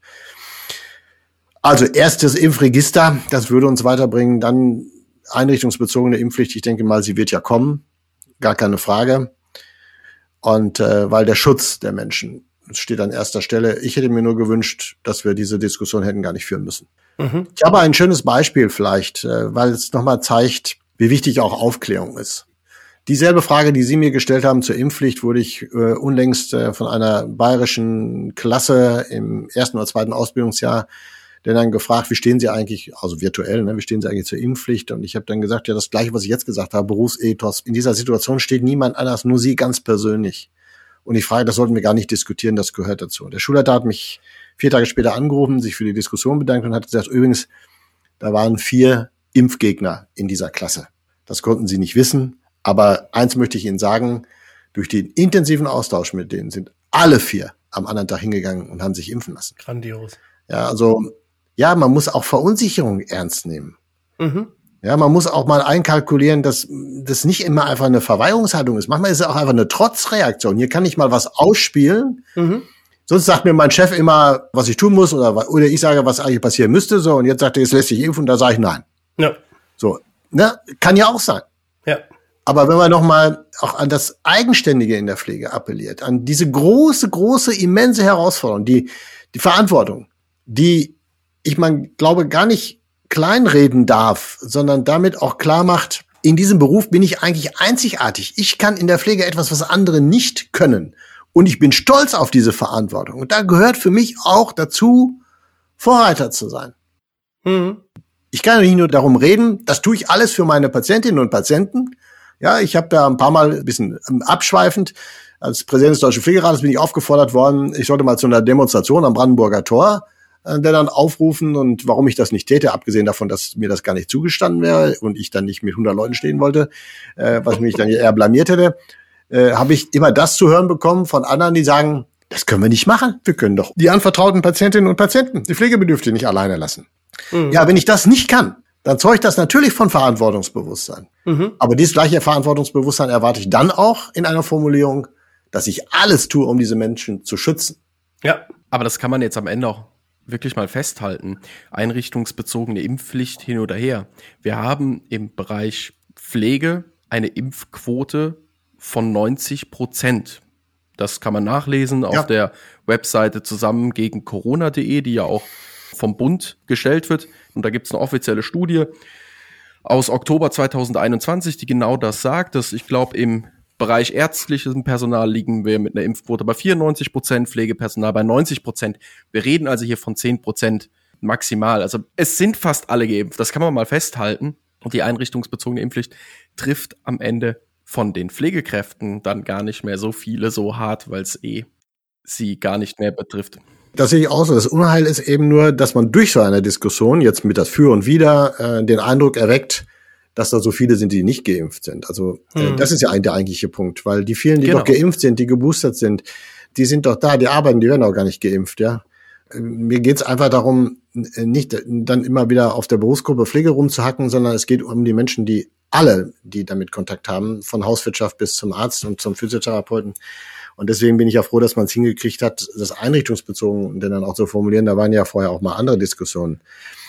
Also erst das Impfregister, das würde uns weiterbringen, dann einrichtungsbezogene Impfpflicht. Ich denke mal, sie wird ja kommen, gar keine Frage. Und weil der Schutz der Menschen steht an erster Stelle. Ich hätte mir nur gewünscht, dass wir diese Diskussion hätten gar nicht führen müssen. Ich habe ein schönes Beispiel vielleicht, weil es nochmal zeigt, wie wichtig auch Aufklärung ist. Dieselbe Frage, die Sie mir gestellt haben zur Impfpflicht, wurde ich unlängst von einer bayerischen Klasse im 1. oder 2. Ausbildungsjahr dann gefragt, wie stehen Sie eigentlich, also virtuell, wie stehen Sie eigentlich zur Impfpflicht? Und ich habe dann gesagt, ja, das Gleiche, was ich jetzt gesagt habe, Berufsethos. In dieser Situation steht niemand anders, nur Sie ganz persönlich. Und ich frage, das sollten wir gar nicht diskutieren, das gehört dazu. Der Schulleiter hat mich 4 Tage später angerufen, sich für die Diskussion bedankt und hat gesagt, übrigens, da waren 4 Impfgegner in dieser Klasse. Das konnten Sie nicht wissen. Aber eins möchte ich Ihnen sagen, durch den intensiven Austausch mit denen sind alle 4 am anderen Tag hingegangen und haben sich impfen lassen. Grandios. Ja, also, ja, man muss auch Verunsicherung ernst nehmen. Ja, man muss auch mal einkalkulieren, dass das nicht immer einfach eine Verweigerungshaltung ist. Manchmal ist es auch einfach eine Trotzreaktion. Hier kann ich mal was ausspielen. Sonst sagt mir mein Chef immer, was ich tun muss oder ich sage, was eigentlich passieren müsste. So, und jetzt sagt er, jetzt lässt sich impfen und da sage ich nein. Ja. So, ne, kann ja auch sein. Ja. Aber wenn man nochmal auch an das Eigenständige in der Pflege appelliert, an diese große, große, immense Herausforderung, die Verantwortung, die ich glaube gar nicht kleinreden darf, sondern damit auch klar macht, in diesem Beruf bin ich eigentlich einzigartig. Ich kann in der Pflege etwas, was andere nicht können. Und ich bin stolz auf diese Verantwortung. Und da gehört für mich auch dazu, Vorreiter zu sein. Ich kann nicht nur darum reden, das tue ich alles für meine Patientinnen und Patienten. Ja, ich habe da ein paar Mal ein bisschen abschweifend, als Präsident des Deutschen Pflegerates bin ich aufgefordert worden, ich sollte mal zu einer Demonstration am Brandenburger Tor der dann aufrufen und warum ich das nicht täte, abgesehen davon, dass mir das gar nicht zugestanden wäre und ich dann nicht mit 100 Leuten stehen wollte, was mich dann eher blamiert hätte, habe ich immer das zu hören bekommen von anderen, die sagen, das können wir nicht machen, wir können doch die anvertrauten Patientinnen und Patienten, die Pflegebedürftigen nicht alleine lassen. Ja, wenn ich das nicht kann, dann zeugt das natürlich von Verantwortungsbewusstsein. Aber dieses gleiche Verantwortungsbewusstsein erwarte ich dann auch in einer Formulierung, dass ich alles tue, um diese Menschen zu schützen. Ja, aber das kann man jetzt am Ende auch wirklich mal festhalten. Einrichtungsbezogene Impfpflicht hin oder her. Wir haben im Bereich Pflege eine Impfquote von 90%. Das kann man nachlesen auf der Webseite zusammengegen-corona.de, die ja auch vom Bund gestellt wird. Und da gibt es eine offizielle Studie aus Oktober 2021, die genau das sagt, dass ich glaube, im Bereich ärztliches Personal liegen wir mit einer Impfquote bei 94%, Pflegepersonal bei 90%. Wir reden also hier von 10% maximal. Also es sind fast alle geimpft. Das kann man mal festhalten. Und die einrichtungsbezogene Impfpflicht trifft am Ende von den Pflegekräften dann gar nicht mehr so viele so hart, weil es sie gar nicht mehr betrifft. Das sehe ich auch so. Das Unheil ist eben nur, dass man durch so eine Diskussion jetzt mit das Für und Wider den Eindruck erweckt, dass da so viele sind, die nicht geimpft sind. Also das ist ja der eigentliche Punkt, weil die vielen, die doch geimpft sind, die geboostert sind, die sind doch da, die arbeiten, die werden auch gar nicht geimpft, ja. Mir geht's einfach darum, nicht dann immer wieder auf der Berufsgruppe Pflege rumzuhacken, sondern es geht um die Menschen, die damit Kontakt haben, von Hauswirtschaft bis zum Arzt und zum Physiotherapeuten. Und deswegen bin ich ja froh, dass man es hingekriegt hat, das einrichtungsbezogen denn dann auch zu formulieren. Da waren ja vorher auch mal andere Diskussionen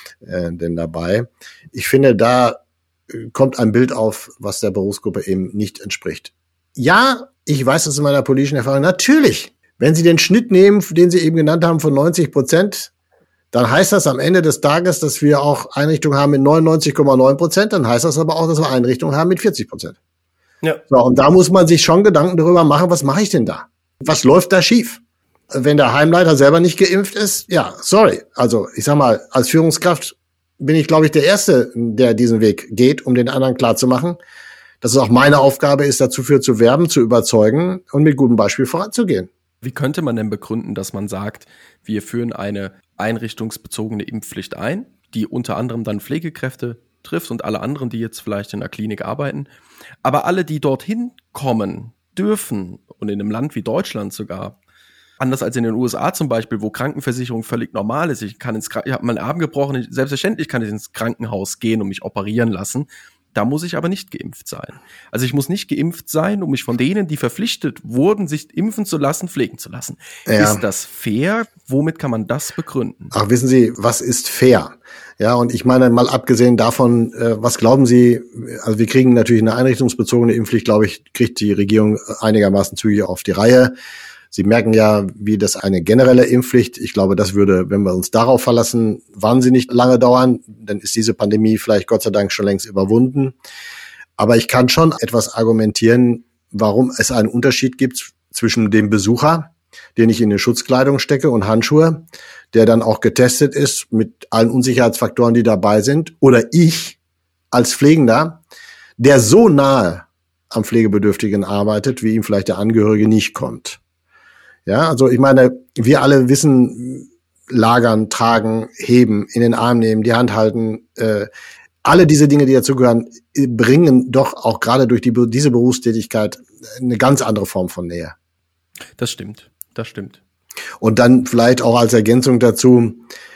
denn dabei. Ich finde, da kommt ein Bild auf, was der Berufsgruppe eben nicht entspricht. Ja, ich weiß das in meiner politischen Erfahrung. Natürlich, wenn Sie den Schnitt nehmen, den Sie eben genannt haben, von 90%, dann heißt das am Ende des Tages, dass wir auch Einrichtungen haben mit 99,9%. Dann heißt das aber auch, dass wir Einrichtungen haben mit 40%. Ja. So, und da muss man sich schon Gedanken darüber machen, was mache ich denn da? Was läuft da schief? Wenn der Heimleiter selber nicht geimpft ist, ja, sorry. Also ich sag mal, als Führungskraft bin ich, glaube ich, der Erste, der diesen Weg geht, um den anderen klarzumachen, dass es auch meine Aufgabe ist, dafür zu werben, zu überzeugen und mit gutem Beispiel voranzugehen. Wie könnte man denn begründen, dass man sagt, wir führen eine einrichtungsbezogene Impfpflicht ein, die unter anderem dann Pflegekräfte trifft und alle anderen, die jetzt vielleicht in der Klinik arbeiten, aber alle, die dorthin kommen dürfen und in einem Land wie Deutschland sogar, anders als in den USA zum Beispiel, wo Krankenversicherung völlig normal ist. Ich habe meinen Arm gebrochen, selbstverständlich kann ich ins Krankenhaus gehen und mich operieren lassen. Da muss ich aber nicht geimpft sein. Also ich muss nicht geimpft sein, um mich von denen, die verpflichtet wurden, sich impfen zu lassen, pflegen zu lassen. Ja. Ist das fair? Womit kann man das begründen? Ach, wissen Sie, was ist fair? Ja, und ich meine, mal abgesehen davon, was glauben Sie, also wir kriegen natürlich eine einrichtungsbezogene Impfpflicht, glaube ich, kriegt die Regierung einigermaßen zügig auf die Reihe. Sie merken ja, wie das eine generelle Impfpflicht, ich glaube, das würde, wenn wir uns darauf verlassen, wahnsinnig lange dauern. Dann ist diese Pandemie vielleicht Gott sei Dank schon längst überwunden. Aber ich kann schon etwas argumentieren, warum es einen Unterschied gibt zwischen dem Besucher, den ich in eine Schutzkleidung stecke und Handschuhe, der dann auch getestet ist mit allen Unsicherheitsfaktoren, die dabei sind, oder ich als Pflegender, der so nahe am Pflegebedürftigen arbeitet, wie ihm vielleicht der Angehörige nicht kommt. Ja, also ich meine, wir alle wissen, lagern, tragen, heben, in den Arm nehmen, die Hand halten, alle diese Dinge, die dazugehören, bringen doch auch gerade durch diese Berufstätigkeit eine ganz andere Form von Nähe. Das stimmt, das stimmt. Und dann vielleicht auch als Ergänzung dazu,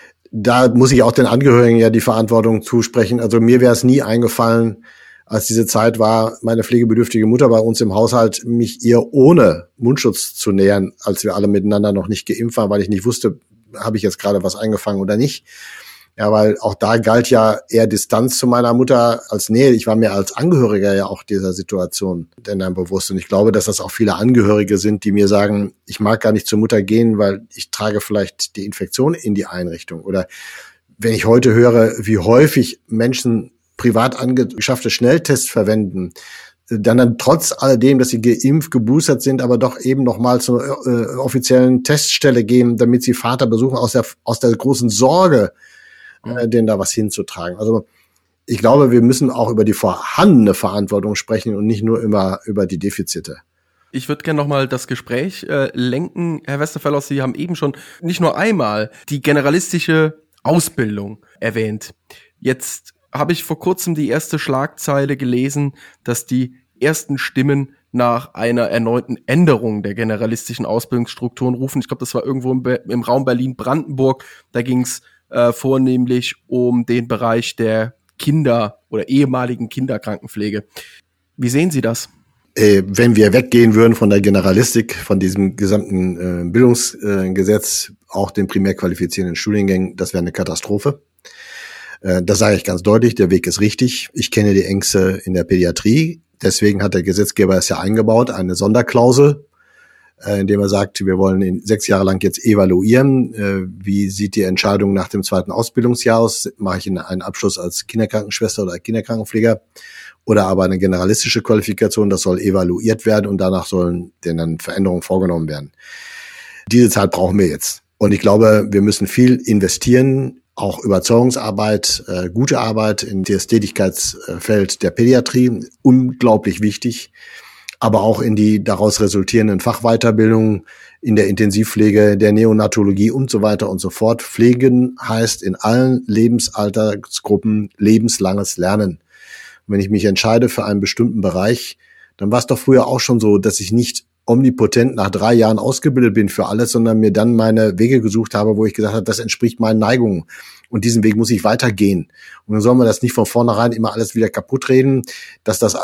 da muss ich auch den Angehörigen ja die Verantwortung zusprechen. Also mir wäre es nie eingefallen, als diese Zeit war, meine pflegebedürftige Mutter bei uns im Haushalt, mich ihr ohne Mundschutz zu nähern, als wir alle miteinander noch nicht geimpft waren, weil ich nicht wusste, habe ich jetzt gerade was eingefangen oder nicht. Ja, weil auch da galt ja eher Distanz zu meiner Mutter als Nähe. Ich war mir als Angehöriger ja auch dieser Situation denn dann bewusst. Und ich glaube, dass das auch viele Angehörige sind, die mir sagen, ich mag gar nicht zur Mutter gehen, weil ich trage vielleicht die Infektion in die Einrichtung. Oder wenn ich heute höre, wie häufig Menschen privat angeschaffte Schnelltests verwenden, dann trotz alledem, dass sie geimpft, geboostert sind, aber doch eben noch mal zur offiziellen Teststelle gehen, damit sie Vater besuchen, aus der großen Sorge, denen da was hinzutragen. Also ich glaube, wir müssen auch über die vorhandene Verantwortung sprechen und nicht nur immer über die Defizite. Ich würde gerne nochmal das Gespräch lenken. Herr Westerfeller, Sie haben eben schon nicht nur einmal die generalistische Ausbildung erwähnt. Jetzt habe ich vor kurzem die erste Schlagzeile gelesen, dass die ersten Stimmen nach einer erneuten Änderung der generalistischen Ausbildungsstrukturen rufen. Ich glaube, das war irgendwo im Raum Berlin-Brandenburg. Da ging es vornehmlich um den Bereich der Kinder- oder ehemaligen Kinderkrankenpflege. Wie sehen Sie das? Wenn wir weggehen würden von der Generalistik, von diesem gesamten Bildungsgesetz, auch den primär qualifizierenden Studiengängen, das wäre eine Katastrophe. Das sage ich ganz deutlich, der Weg ist richtig. Ich kenne die Ängste in der Pädiatrie. Deswegen hat der Gesetzgeber es ja eingebaut, eine Sonderklausel, indem er sagt, wir wollen 6 Jahre lang jetzt evaluieren. Wie sieht die Entscheidung nach dem 2. Ausbildungsjahr aus? Mache ich einen Abschluss als Kinderkrankenschwester oder Kinderkrankenpfleger oder aber eine generalistische Qualifikation? Das soll evaluiert werden und danach sollen dann Veränderungen vorgenommen werden. Diese Zeit brauchen wir jetzt. Und ich glaube, wir müssen viel investieren, auch Überzeugungsarbeit, gute Arbeit in das Tätigkeitsfeld der Pädiatrie, unglaublich wichtig, aber auch in die daraus resultierenden Fachweiterbildungen in der Intensivpflege, der Neonatologie und so weiter und so fort. Pflegen heißt in allen Lebensaltersgruppen lebenslanges Lernen. Und wenn ich mich entscheide für einen bestimmten Bereich, dann war es doch früher auch schon so, dass ich nicht omnipotent nach 3 Jahren ausgebildet bin für alles, sondern mir dann meine Wege gesucht habe, wo ich gesagt habe, das entspricht meinen Neigungen. Und diesen Weg muss ich weitergehen. Und dann soll man das nicht von vornherein immer alles wieder kaputt reden, dass das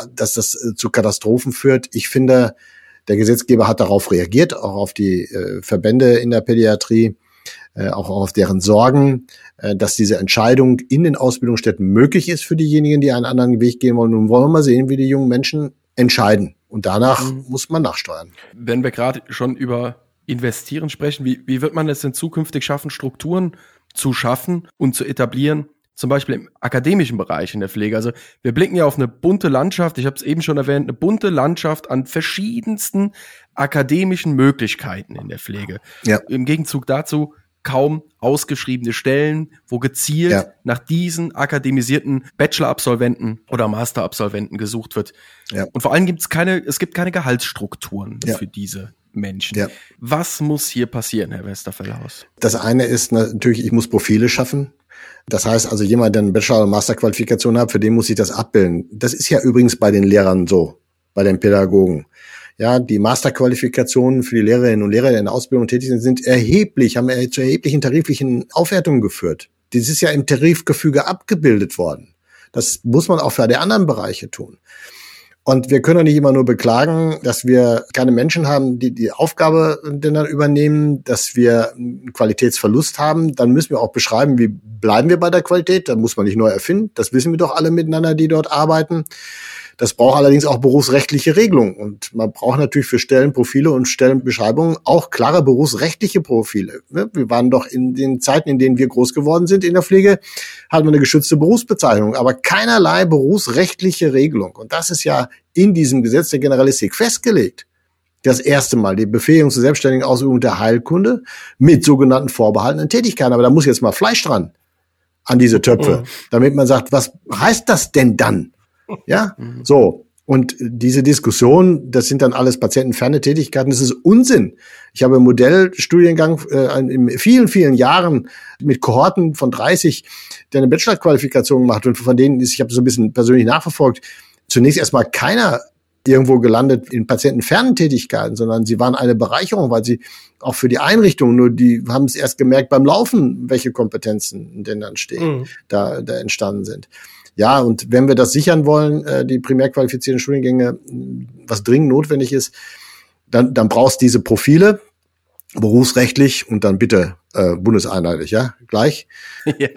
zu Katastrophen führt. Ich finde, der Gesetzgeber hat darauf reagiert, auch auf die Verbände in der Pädiatrie, auch auf deren Sorgen, dass diese Entscheidung in den Ausbildungsstätten möglich ist für diejenigen, die einen anderen Weg gehen wollen. Nun wollen wir mal sehen, wie die jungen Menschen entscheiden. Und danach muss man nachsteuern. Wenn wir gerade schon über Investieren sprechen, wie wird man es denn zukünftig schaffen, Strukturen zu schaffen und zu etablieren, zum Beispiel im akademischen Bereich in der Pflege? Also wir blicken ja auf eine bunte Landschaft, ich habe es eben schon erwähnt, eine bunte Landschaft an verschiedensten akademischen Möglichkeiten in der Pflege. Ja. Im Gegenzug dazu kaum ausgeschriebene Stellen, wo gezielt nach diesen akademisierten Bachelor-Absolventen oder Master-Absolventen gesucht wird. Ja. Und vor allem es gibt keine Gehaltsstrukturen für diese Menschen. Ja. Was muss hier passieren, Herr Westerfellhaus? Das eine ist natürlich, ich muss Profile schaffen. Das heißt also, jemand, der eine Bachelor- oder Master-Qualifikation hat, für den muss ich das abbilden. Das ist ja übrigens bei den Lehrern so, bei den Pädagogen. Ja, die Masterqualifikationen für die Lehrerinnen und Lehrer, die in der Ausbildung tätig sind erheblich, haben zu erheblichen tariflichen Aufwertungen geführt. Das ist ja im Tarifgefüge abgebildet worden. Das muss man auch für die anderen Bereiche tun. Und wir können doch nicht immer nur beklagen, dass wir keine Menschen haben, die die Aufgabe dann übernehmen, dass wir einen Qualitätsverlust haben. Dann müssen wir auch beschreiben, wie bleiben wir bei der Qualität. Da muss man nicht neu erfinden. Das wissen wir doch alle miteinander, die dort arbeiten. Das braucht allerdings auch berufsrechtliche Regelungen. Und man braucht natürlich für Stellenprofile und Stellenbeschreibungen auch klare berufsrechtliche Profile. Wir waren doch in den Zeiten, in denen wir groß geworden sind in der Pflege, hatten wir eine geschützte Berufsbezeichnung, aber keinerlei berufsrechtliche Regelung. Und das ist ja in diesem Gesetz der Generalistik festgelegt. Das erste Mal die Befähigung zur selbstständigen Ausübung der Heilkunde mit sogenannten vorbehaltenen Tätigkeiten. Aber da muss jetzt mal Fleisch dran an diese Töpfe, damit man sagt, was heißt das denn dann? Ja, so. Und diese Diskussion, das sind dann alles patientenferne Tätigkeiten, das ist Unsinn. Ich habe einen Modellstudiengang in vielen, vielen Jahren mit Kohorten von 30, der eine Bachelor-Qualifikation macht und von denen ist, ich habe so ein bisschen persönlich nachverfolgt, zunächst erstmal keiner irgendwo gelandet in patientenfernen Tätigkeiten, sondern sie waren eine Bereicherung, weil sie auch für die Einrichtung, nur die haben es erst gemerkt beim Laufen, welche Kompetenzen denn dann da entstanden sind. Ja, und wenn wir das sichern wollen, die primär qualifizierten Studiengänge, was dringend notwendig ist, dann brauchst du diese Profile, berufsrechtlich und dann bitte bundeseinheitlich, ja, gleich. Ja.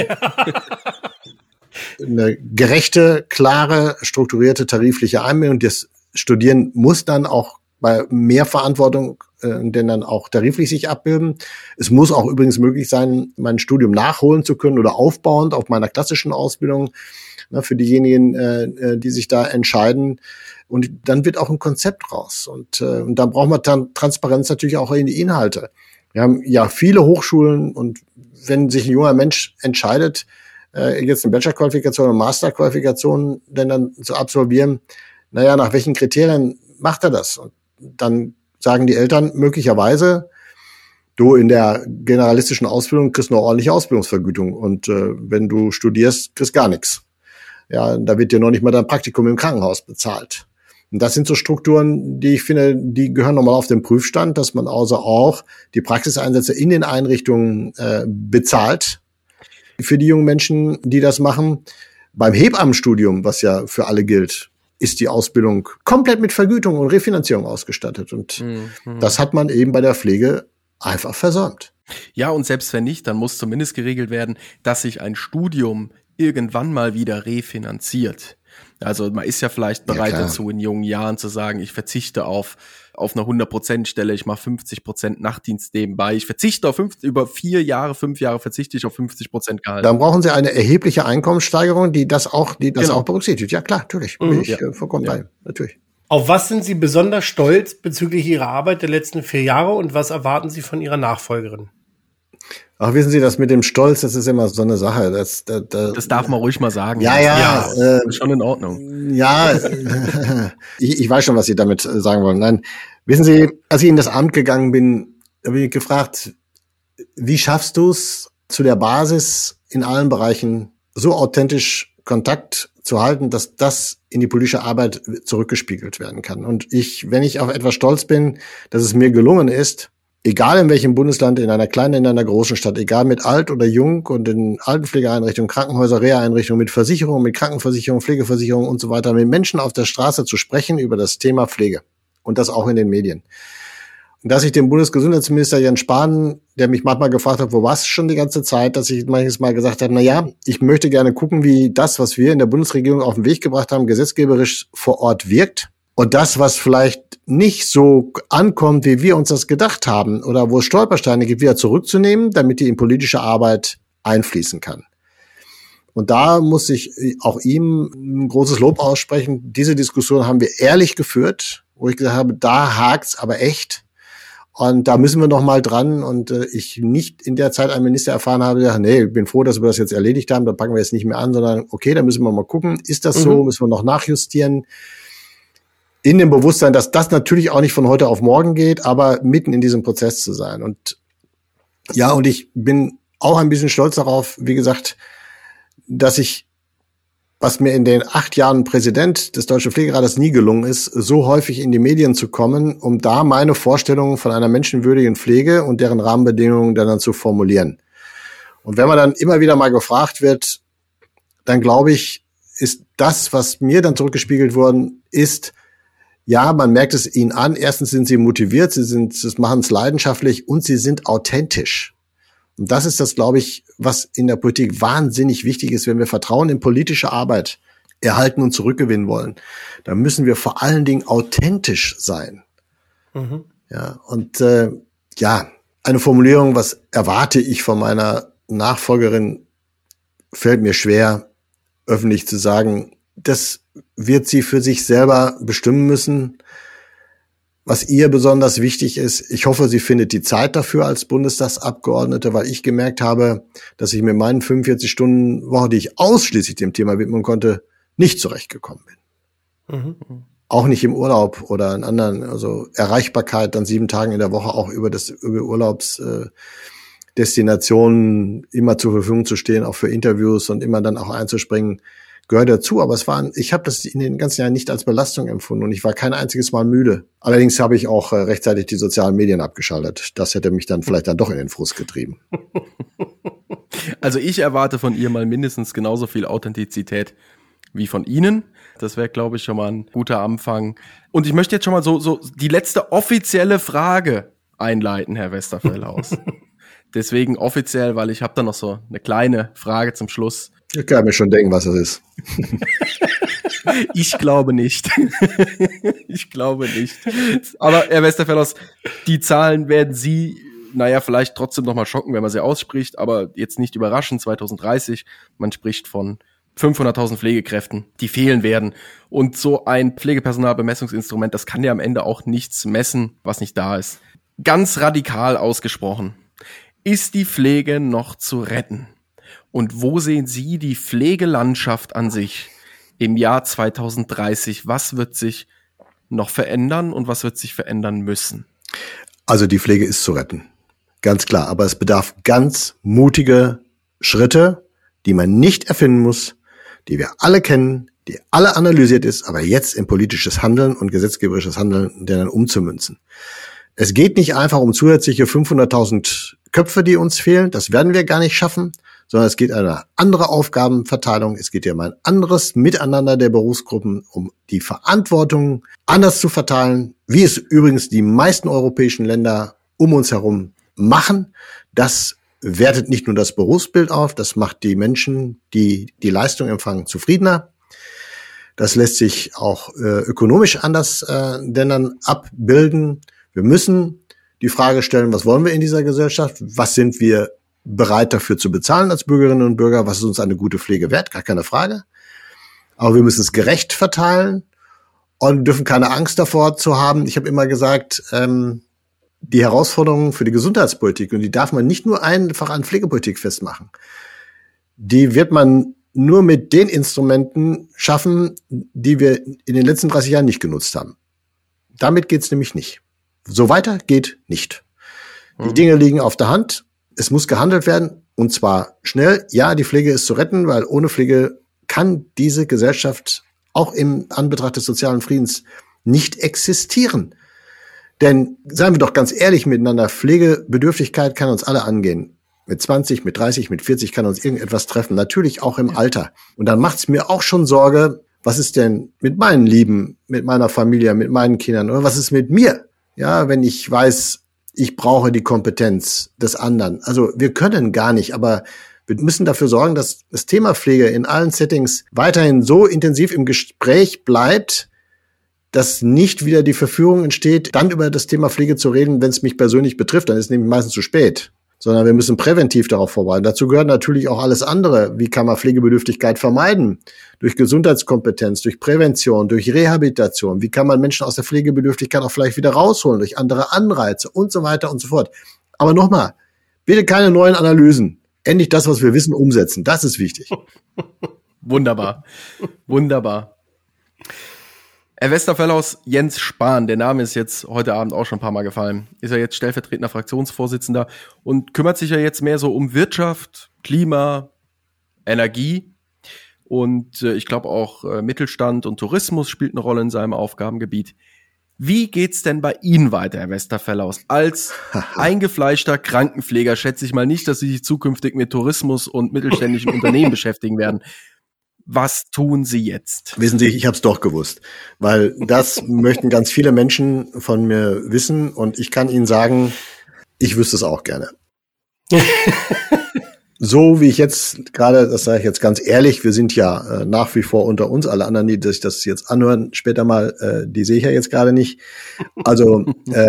Eine gerechte, klare, strukturierte tarifliche Einbindung. Das Studieren muss dann auch bei mehr Verantwortung denn dann auch tariflich sich abbilden. Es muss auch übrigens möglich sein, mein Studium nachholen zu können oder aufbauend auf meiner klassischen Ausbildung, für diejenigen, die sich da entscheiden. Und dann wird auch ein Konzept raus. Und dann braucht man dann Transparenz natürlich auch in die Inhalte. Wir haben ja viele Hochschulen und wenn sich ein junger Mensch entscheidet, jetzt eine Bachelor-Qualifikation und Master-Qualifikation denn dann zu absolvieren, naja, nach welchen Kriterien macht er das? Und dann sagen die Eltern möglicherweise, du in der generalistischen Ausbildung kriegst eine ordentliche Ausbildungsvergütung und wenn du studierst, kriegst gar nichts. Ja, da wird dir noch nicht mal dein Praktikum im Krankenhaus bezahlt. Und das sind so Strukturen, die ich finde, die gehören nochmal auf den Prüfstand, dass man also auch die Praxiseinsätze in den Einrichtungen bezahlt für die jungen Menschen, die das machen. Beim Hebammenstudium, was ja für alle gilt, ist die Ausbildung komplett mit Vergütung und Refinanzierung ausgestattet. Und das hat man eben bei der Pflege einfach versäumt. Ja, und selbst wenn nicht, dann muss zumindest geregelt werden, dass sich ein Studium irgendwann mal wieder refinanziert. Also man ist ja vielleicht bereit dazu, in jungen Jahren zu sagen, ich verzichte auf eine 100%-Stelle, ich mache 50% Nachtdienst nebenbei, ich verzichte auf 5 Jahre verzichte ich auf 50% Gehalt. Dann brauchen Sie eine erhebliche Einkommenssteigerung, die das auch berücksichtigt. Ja klar, natürlich, bin ich vollkommen bei, natürlich. Auf was sind Sie besonders stolz bezüglich Ihrer Arbeit der letzten 4 Jahre und was erwarten Sie von Ihrer Nachfolgerin? Ach, wissen Sie, das mit dem Stolz, das ist immer so eine Sache. Das darf man ruhig mal sagen. Ja, ist schon in Ordnung. Ja, ich weiß schon, was Sie damit sagen wollen. Nein, wissen Sie, als ich in das Amt gegangen bin, habe ich gefragt, wie schaffst du es, zu der Basis in allen Bereichen so authentisch Kontakt zu halten, dass das in die politische Arbeit zurückgespiegelt werden kann. Und wenn ich auf etwas stolz bin, dass es mir gelungen ist, egal in welchem Bundesland, in einer kleinen, in einer großen Stadt, egal mit alt oder jung und in Altenpflegeeinrichtungen, Krankenhäuser, Reha-Einrichtungen, mit Versicherungen, mit Krankenversicherungen, Pflegeversicherungen und so weiter, mit Menschen auf der Straße zu sprechen über das Thema Pflege. Und das auch in den Medien. Und dass ich dem Bundesgesundheitsminister Jens Spahn, der mich manchmal gefragt hat, wo warst du schon die ganze Zeit, dass ich manches Mal gesagt habe, ich möchte gerne gucken, wie das, was wir in der Bundesregierung auf den Weg gebracht haben, gesetzgeberisch vor Ort wirkt. Und das, was vielleicht nicht so ankommt, wie wir uns das gedacht haben, oder wo es Stolpersteine gibt, wieder zurückzunehmen, damit die in politische Arbeit einfließen kann. Und da muss ich auch ihm ein großes Lob aussprechen. Diese Diskussion haben wir ehrlich geführt, wo ich gesagt habe, da hakt's aber echt. Und da müssen wir noch mal dran. Und ich nicht in der Zeit einen Minister erfahren habe, der sagt, nee, ich bin froh, dass wir das jetzt erledigt haben, da packen wir jetzt nicht mehr an, sondern okay, da müssen wir mal gucken, ist das so, müssen wir noch nachjustieren. In dem Bewusstsein, dass das natürlich auch nicht von heute auf morgen geht, aber mitten in diesem Prozess zu sein. Und ja, und ich bin auch ein bisschen stolz darauf, wie gesagt, dass was mir in den 8 Jahren Präsident des Deutschen Pflegerates nie gelungen ist, so häufig in die Medien zu kommen, um da meine Vorstellungen von einer menschenwürdigen Pflege und deren Rahmenbedingungen dann zu formulieren. Und wenn man dann immer wieder mal gefragt wird, dann glaube ich, ist das, was mir dann zurückgespiegelt worden ist, ja, man merkt es ihnen an. Erstens sind sie motiviert, sie machen es leidenschaftlich und sie sind authentisch. Und das ist das, glaube ich, was in der Politik wahnsinnig wichtig ist, wenn wir Vertrauen in politische Arbeit erhalten und zurückgewinnen wollen. Dann müssen wir vor allen Dingen authentisch sein. Ja, und eine Formulierung, was erwarte ich von meiner Nachfolgerin, fällt mir schwer, öffentlich zu sagen. Das wird sie für sich selber bestimmen müssen, was ihr besonders wichtig ist. Ich hoffe, sie findet die Zeit dafür als Bundestagsabgeordnete, weil ich gemerkt habe, dass ich mit meinen 45-Stunden-Woche, die ich ausschließlich dem Thema widmen konnte, nicht zurechtgekommen bin. Auch nicht im Urlaub oder in anderen, also Erreichbarkeit dann 7 Tagen in der Woche auch über Urlaubsdestinationen immer zur Verfügung zu stehen, auch für Interviews und immer dann auch einzuspringen, gehört dazu, aber ich habe das in den ganzen Jahren nicht als Belastung empfunden und ich war kein einziges Mal müde. Allerdings habe ich auch rechtzeitig die sozialen Medien abgeschaltet. Das hätte mich dann vielleicht dann doch in den Frust getrieben. Also ich erwarte von ihr mal mindestens genauso viel Authentizität wie von Ihnen. Das wäre, glaube ich, schon mal ein guter Anfang. Und ich möchte jetzt schon mal so die letzte offizielle Frage einleiten, Herr Westerfellhaus. Deswegen offiziell, weil ich habe da noch so eine kleine Frage zum Schluss. Ich kann mir schon denken, was das ist. Ich glaube nicht. Ich glaube nicht. Aber Herr Westerfellhaus, die Zahlen werden Sie, vielleicht trotzdem noch mal schocken, wenn man sie ausspricht, aber jetzt nicht überraschen. 2030, man spricht von 500.000 Pflegekräften, die fehlen werden. Und so ein Pflegepersonalbemessungsinstrument, das kann ja am Ende auch nichts messen, was nicht da ist. Ganz radikal ausgesprochen. Ist die Pflege noch zu retten? Und wo sehen Sie die Pflegelandschaft an sich im Jahr 2030? Was wird sich noch verändern und was wird sich verändern müssen? Also die Pflege ist zu retten. Ganz klar. Aber es bedarf ganz mutige Schritte, die man nicht erfinden muss, die wir alle kennen, die alle analysiert ist, aber jetzt in politisches Handeln und gesetzgeberisches Handeln dann umzumünzen. Es geht nicht einfach um zusätzliche 500.000 Köpfe, die uns fehlen. Das werden wir gar nicht schaffen, sondern es geht um eine andere Aufgabenverteilung. Es geht ja um ein anderes Miteinander der Berufsgruppen, um die Verantwortung anders zu verteilen, wie es übrigens die meisten europäischen Länder um uns herum machen. Das wertet nicht nur das Berufsbild auf, das macht die Menschen, die die Leistung empfangen, zufriedener. Das lässt sich auch ökonomisch anders denn dann abbilden. Wir müssen die Frage stellen, was wollen wir in dieser Gesellschaft? Was sind wir bereit dafür zu bezahlen als Bürgerinnen und Bürger? Was ist uns eine gute Pflege wert? Gar keine Frage. Aber wir müssen es gerecht verteilen und dürfen keine Angst davor zu haben. Ich habe immer gesagt, die Herausforderungen für die Gesundheitspolitik, und die darf man nicht nur einfach an Pflegepolitik festmachen, die wird man nur mit den Instrumenten schaffen, die wir in den letzten 30 Jahren nicht genutzt haben. Damit geht's nämlich nicht. So weiter geht nicht. Die Dinge liegen auf der Hand. Es muss gehandelt werden, und zwar schnell. Ja, die Pflege ist zu retten, weil ohne Pflege kann diese Gesellschaft auch im Anbetracht des sozialen Friedens nicht existieren. Denn, seien wir doch ganz ehrlich miteinander, Pflegebedürftigkeit kann uns alle angehen. Mit 20, mit 30, mit 40 kann uns irgendetwas treffen. Natürlich auch im Alter. Und dann macht's mir auch schon Sorge, was ist denn mit meinen Lieben, mit meiner Familie, mit meinen Kindern, oder was ist mit mir? Ja, wenn ich weiß, ich brauche die Kompetenz des anderen. Also wir können gar nicht, aber wir müssen dafür sorgen, dass das Thema Pflege in allen Settings weiterhin so intensiv im Gespräch bleibt, dass nicht wieder die Verführung entsteht, dann über das Thema Pflege zu reden, wenn es mich persönlich betrifft. Dann ist es nämlich meistens zu spät. Sondern wir müssen präventiv darauf vorbereiten. Dazu gehört natürlich auch alles andere. Wie kann man Pflegebedürftigkeit vermeiden? Durch Gesundheitskompetenz, durch Prävention, durch Rehabilitation. Wie kann man Menschen aus der Pflegebedürftigkeit auch vielleicht wieder rausholen? Durch andere Anreize und so weiter und so fort. Aber nochmal, bitte keine neuen Analysen. Endlich das, was wir wissen, umsetzen. Das ist wichtig. Wunderbar. Wunderbar. Herr Westerfellhaus, Jens Spahn, der Name ist jetzt heute Abend auch schon ein paar Mal gefallen, ist ja jetzt stellvertretender Fraktionsvorsitzender und kümmert sich ja jetzt mehr so um Wirtschaft, Klima, Energie und ich glaube auch Mittelstand und Tourismus spielt eine Rolle in seinem Aufgabengebiet. Wie geht's denn bei Ihnen weiter, Herr Westerfellhaus? Als eingefleischter Krankenpfleger schätze ich mal nicht, dass Sie sich zukünftig mit Tourismus und mittelständischen Unternehmen beschäftigen werden. Was tun Sie jetzt? Wissen Sie, ich habe es doch gewusst, weil das möchten ganz viele Menschen von mir wissen und ich kann Ihnen sagen, ich wüsste es auch gerne. So wie ich jetzt gerade, das sage ich jetzt ganz ehrlich, wir sind ja nach wie vor unter uns, alle anderen, die sich das jetzt anhören, später mal, die sehe ich ja jetzt gerade nicht. Also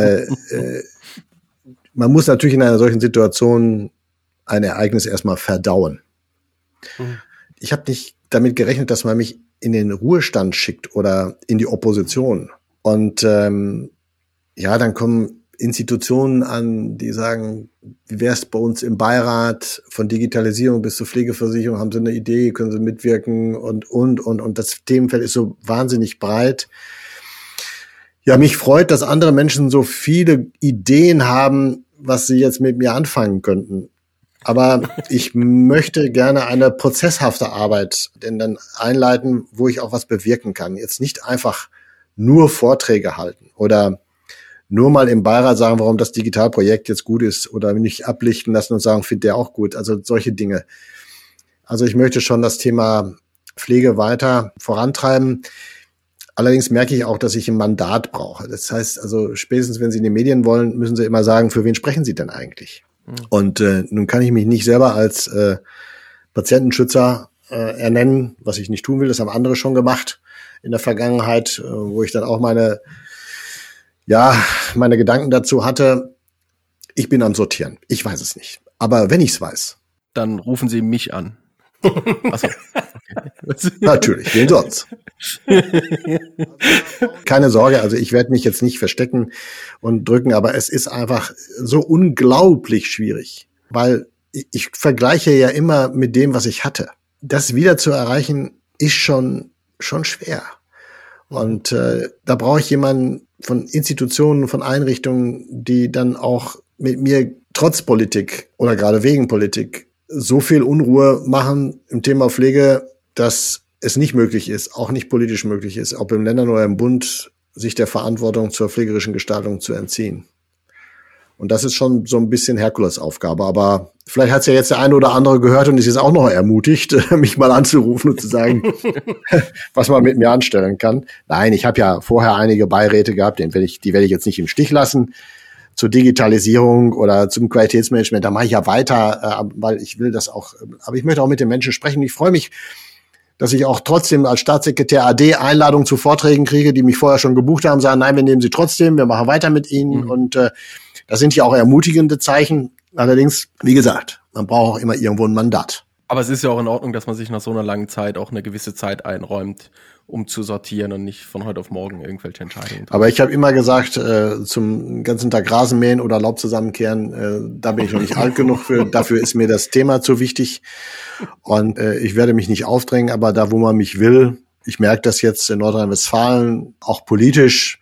man muss natürlich in einer solchen Situation ein Ereignis erstmal verdauen. Ich habe nicht damit gerechnet, dass man mich in den Ruhestand schickt oder in die Opposition. Und ja, dann kommen Institutionen an, die sagen, wie wäre es bei uns im Beirat von Digitalisierung bis zur Pflegeversicherung, haben Sie eine Idee, können Sie mitwirken und das Themenfeld ist so wahnsinnig breit. Ja, mich freut, dass andere Menschen so viele Ideen haben, was sie jetzt mit mir anfangen könnten. Aber ich möchte gerne eine prozesshafte Arbeit denn dann einleiten, wo ich auch was bewirken kann. Jetzt nicht einfach nur Vorträge halten oder nur mal im Beirat sagen, warum das Digitalprojekt jetzt gut ist oder nicht ablichten lassen und sagen, findet der auch gut. Also solche Dinge. Also ich möchte schon das Thema Pflege weiter vorantreiben. Allerdings merke ich auch, dass ich ein Mandat brauche. Das heißt, also spätestens, wenn Sie in die Medien wollen, müssen Sie immer sagen, für wen sprechen Sie denn eigentlich? Und nun kann ich mich nicht selber als Patientenschützer ernennen, was ich nicht tun will. Das haben andere schon gemacht in der Vergangenheit, wo ich dann auch meine Gedanken dazu hatte. Ich bin am Sortieren. Ich weiß es nicht. Aber wenn ich es weiß, dann rufen Sie mich an. Achso. Okay. Natürlich, wen sonst? Keine Sorge, also ich werde mich jetzt nicht verstecken und drücken, aber es ist einfach so unglaublich schwierig, weil ich vergleiche ja immer mit dem, was ich hatte. Das wieder zu erreichen, ist schon schwer. Und da brauche ich jemanden von Institutionen, von Einrichtungen, die dann auch mit mir trotz Politik oder gerade wegen Politik so viel Unruhe machen im Thema Pflege, dass es nicht möglich ist, auch nicht politisch möglich ist, ob im Ländern oder im Bund, sich der Verantwortung zur pflegerischen Gestaltung zu entziehen. Und das ist schon so ein bisschen Herkulesaufgabe. Aber vielleicht hat es ja jetzt der eine oder andere gehört und ist jetzt auch noch ermutigt, mich mal anzurufen und zu sagen, was man mit mir anstellen kann. Nein, ich habe ja vorher einige Beiräte gehabt, die werde ich jetzt nicht im Stich lassen. zur Digitalisierung oder zum Qualitätsmanagement, da mache ich ja weiter, weil ich will das auch, aber ich möchte auch mit den Menschen sprechen. Ich freue mich, dass ich auch trotzdem als Staatssekretär AD Einladungen zu Vorträgen kriege, die mich vorher schon gebucht haben, sagen, nein, wir nehmen sie trotzdem, wir machen weiter mit ihnen. Und das sind ja auch ermutigende Zeichen. Allerdings, wie gesagt, man braucht auch immer irgendwo ein Mandat. Aber es ist ja auch in Ordnung, dass man sich nach so einer langen Zeit auch eine gewisse Zeit einräumt, um zu sortieren und nicht von heute auf morgen irgendwelche Entscheidungen treffen. Aber ich habe immer gesagt, zum ganzen Tag Rasenmähen oder Laub zusammenkehren, da bin ich noch nicht alt genug für. Dafür ist mir das Thema zu wichtig. Und ich werde mich nicht aufdrängen, aber da, wo man mich will, ich merke das jetzt in Nordrhein-Westfalen, auch politisch,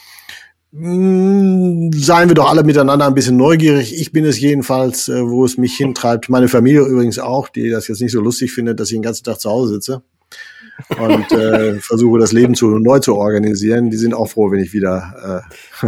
seien wir doch alle miteinander ein bisschen neugierig. Ich bin es jedenfalls, wo es mich hintreibt. Meine Familie übrigens auch, die das jetzt nicht so lustig findet, dass ich den ganzen Tag zu Hause sitze und versuche, das Leben neu zu organisieren. Die sind auch froh, wenn ich wieder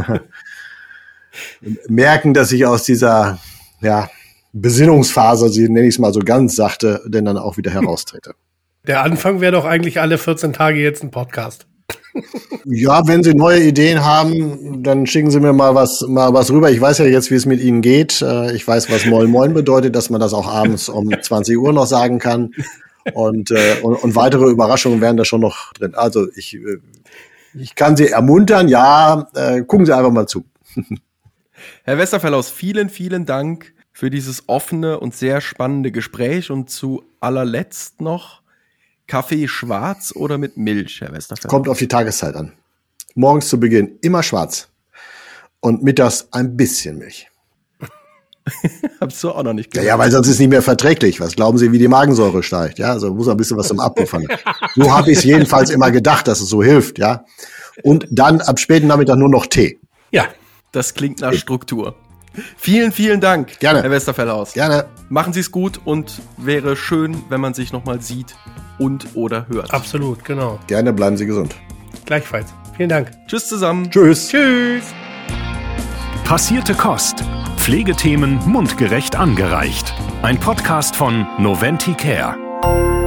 merken, dass ich aus dieser Besinnungsphase, nenne ich es mal so ganz sachte, denn dann auch wieder heraustrete. Der Anfang wäre doch eigentlich alle 14 Tage jetzt ein Podcast. Ja, wenn Sie neue Ideen haben, dann schicken Sie mir mal was rüber. Ich weiß ja jetzt, wie es mit Ihnen geht. Ich weiß, was Moin Moin bedeutet, dass man das auch abends um 20 Uhr noch sagen kann. Und weitere Überraschungen wären da schon noch drin. Also ich kann Sie ermuntern. Ja, gucken Sie einfach mal zu. Herr Westerfellhaus, vielen, vielen Dank für dieses offene und sehr spannende Gespräch. Und zu allerletzt noch: Kaffee schwarz oder mit Milch, Herr Westerfellhaus? Kommt auf die Tageszeit an. Morgens zu Beginn immer schwarz und mittags ein bisschen Milch. Hab's so auch noch nicht gehört. Ja, weil sonst ist es nicht mehr verträglich. Was glauben Sie, wie die Magensäure steigt? Ja, also muss ein bisschen was zum Abpuffern. So habe ich es jedenfalls immer gedacht, dass es so hilft, ja. Und dann ab späten Nachmittag nur noch Tee. Ja. Das klingt nach Struktur. Vielen, vielen Dank, Gerne. Herr Westerfellhaus. Gerne. Machen Sie es gut und wäre schön, wenn man sich nochmal sieht und oder hört. Absolut, genau. Gerne, bleiben Sie gesund. Gleichfalls. Vielen Dank. Tschüss zusammen. Tschüss. Tschüss. Passierte Kost. Pflegethemen mundgerecht angereicht. Ein Podcast von Noventi Care.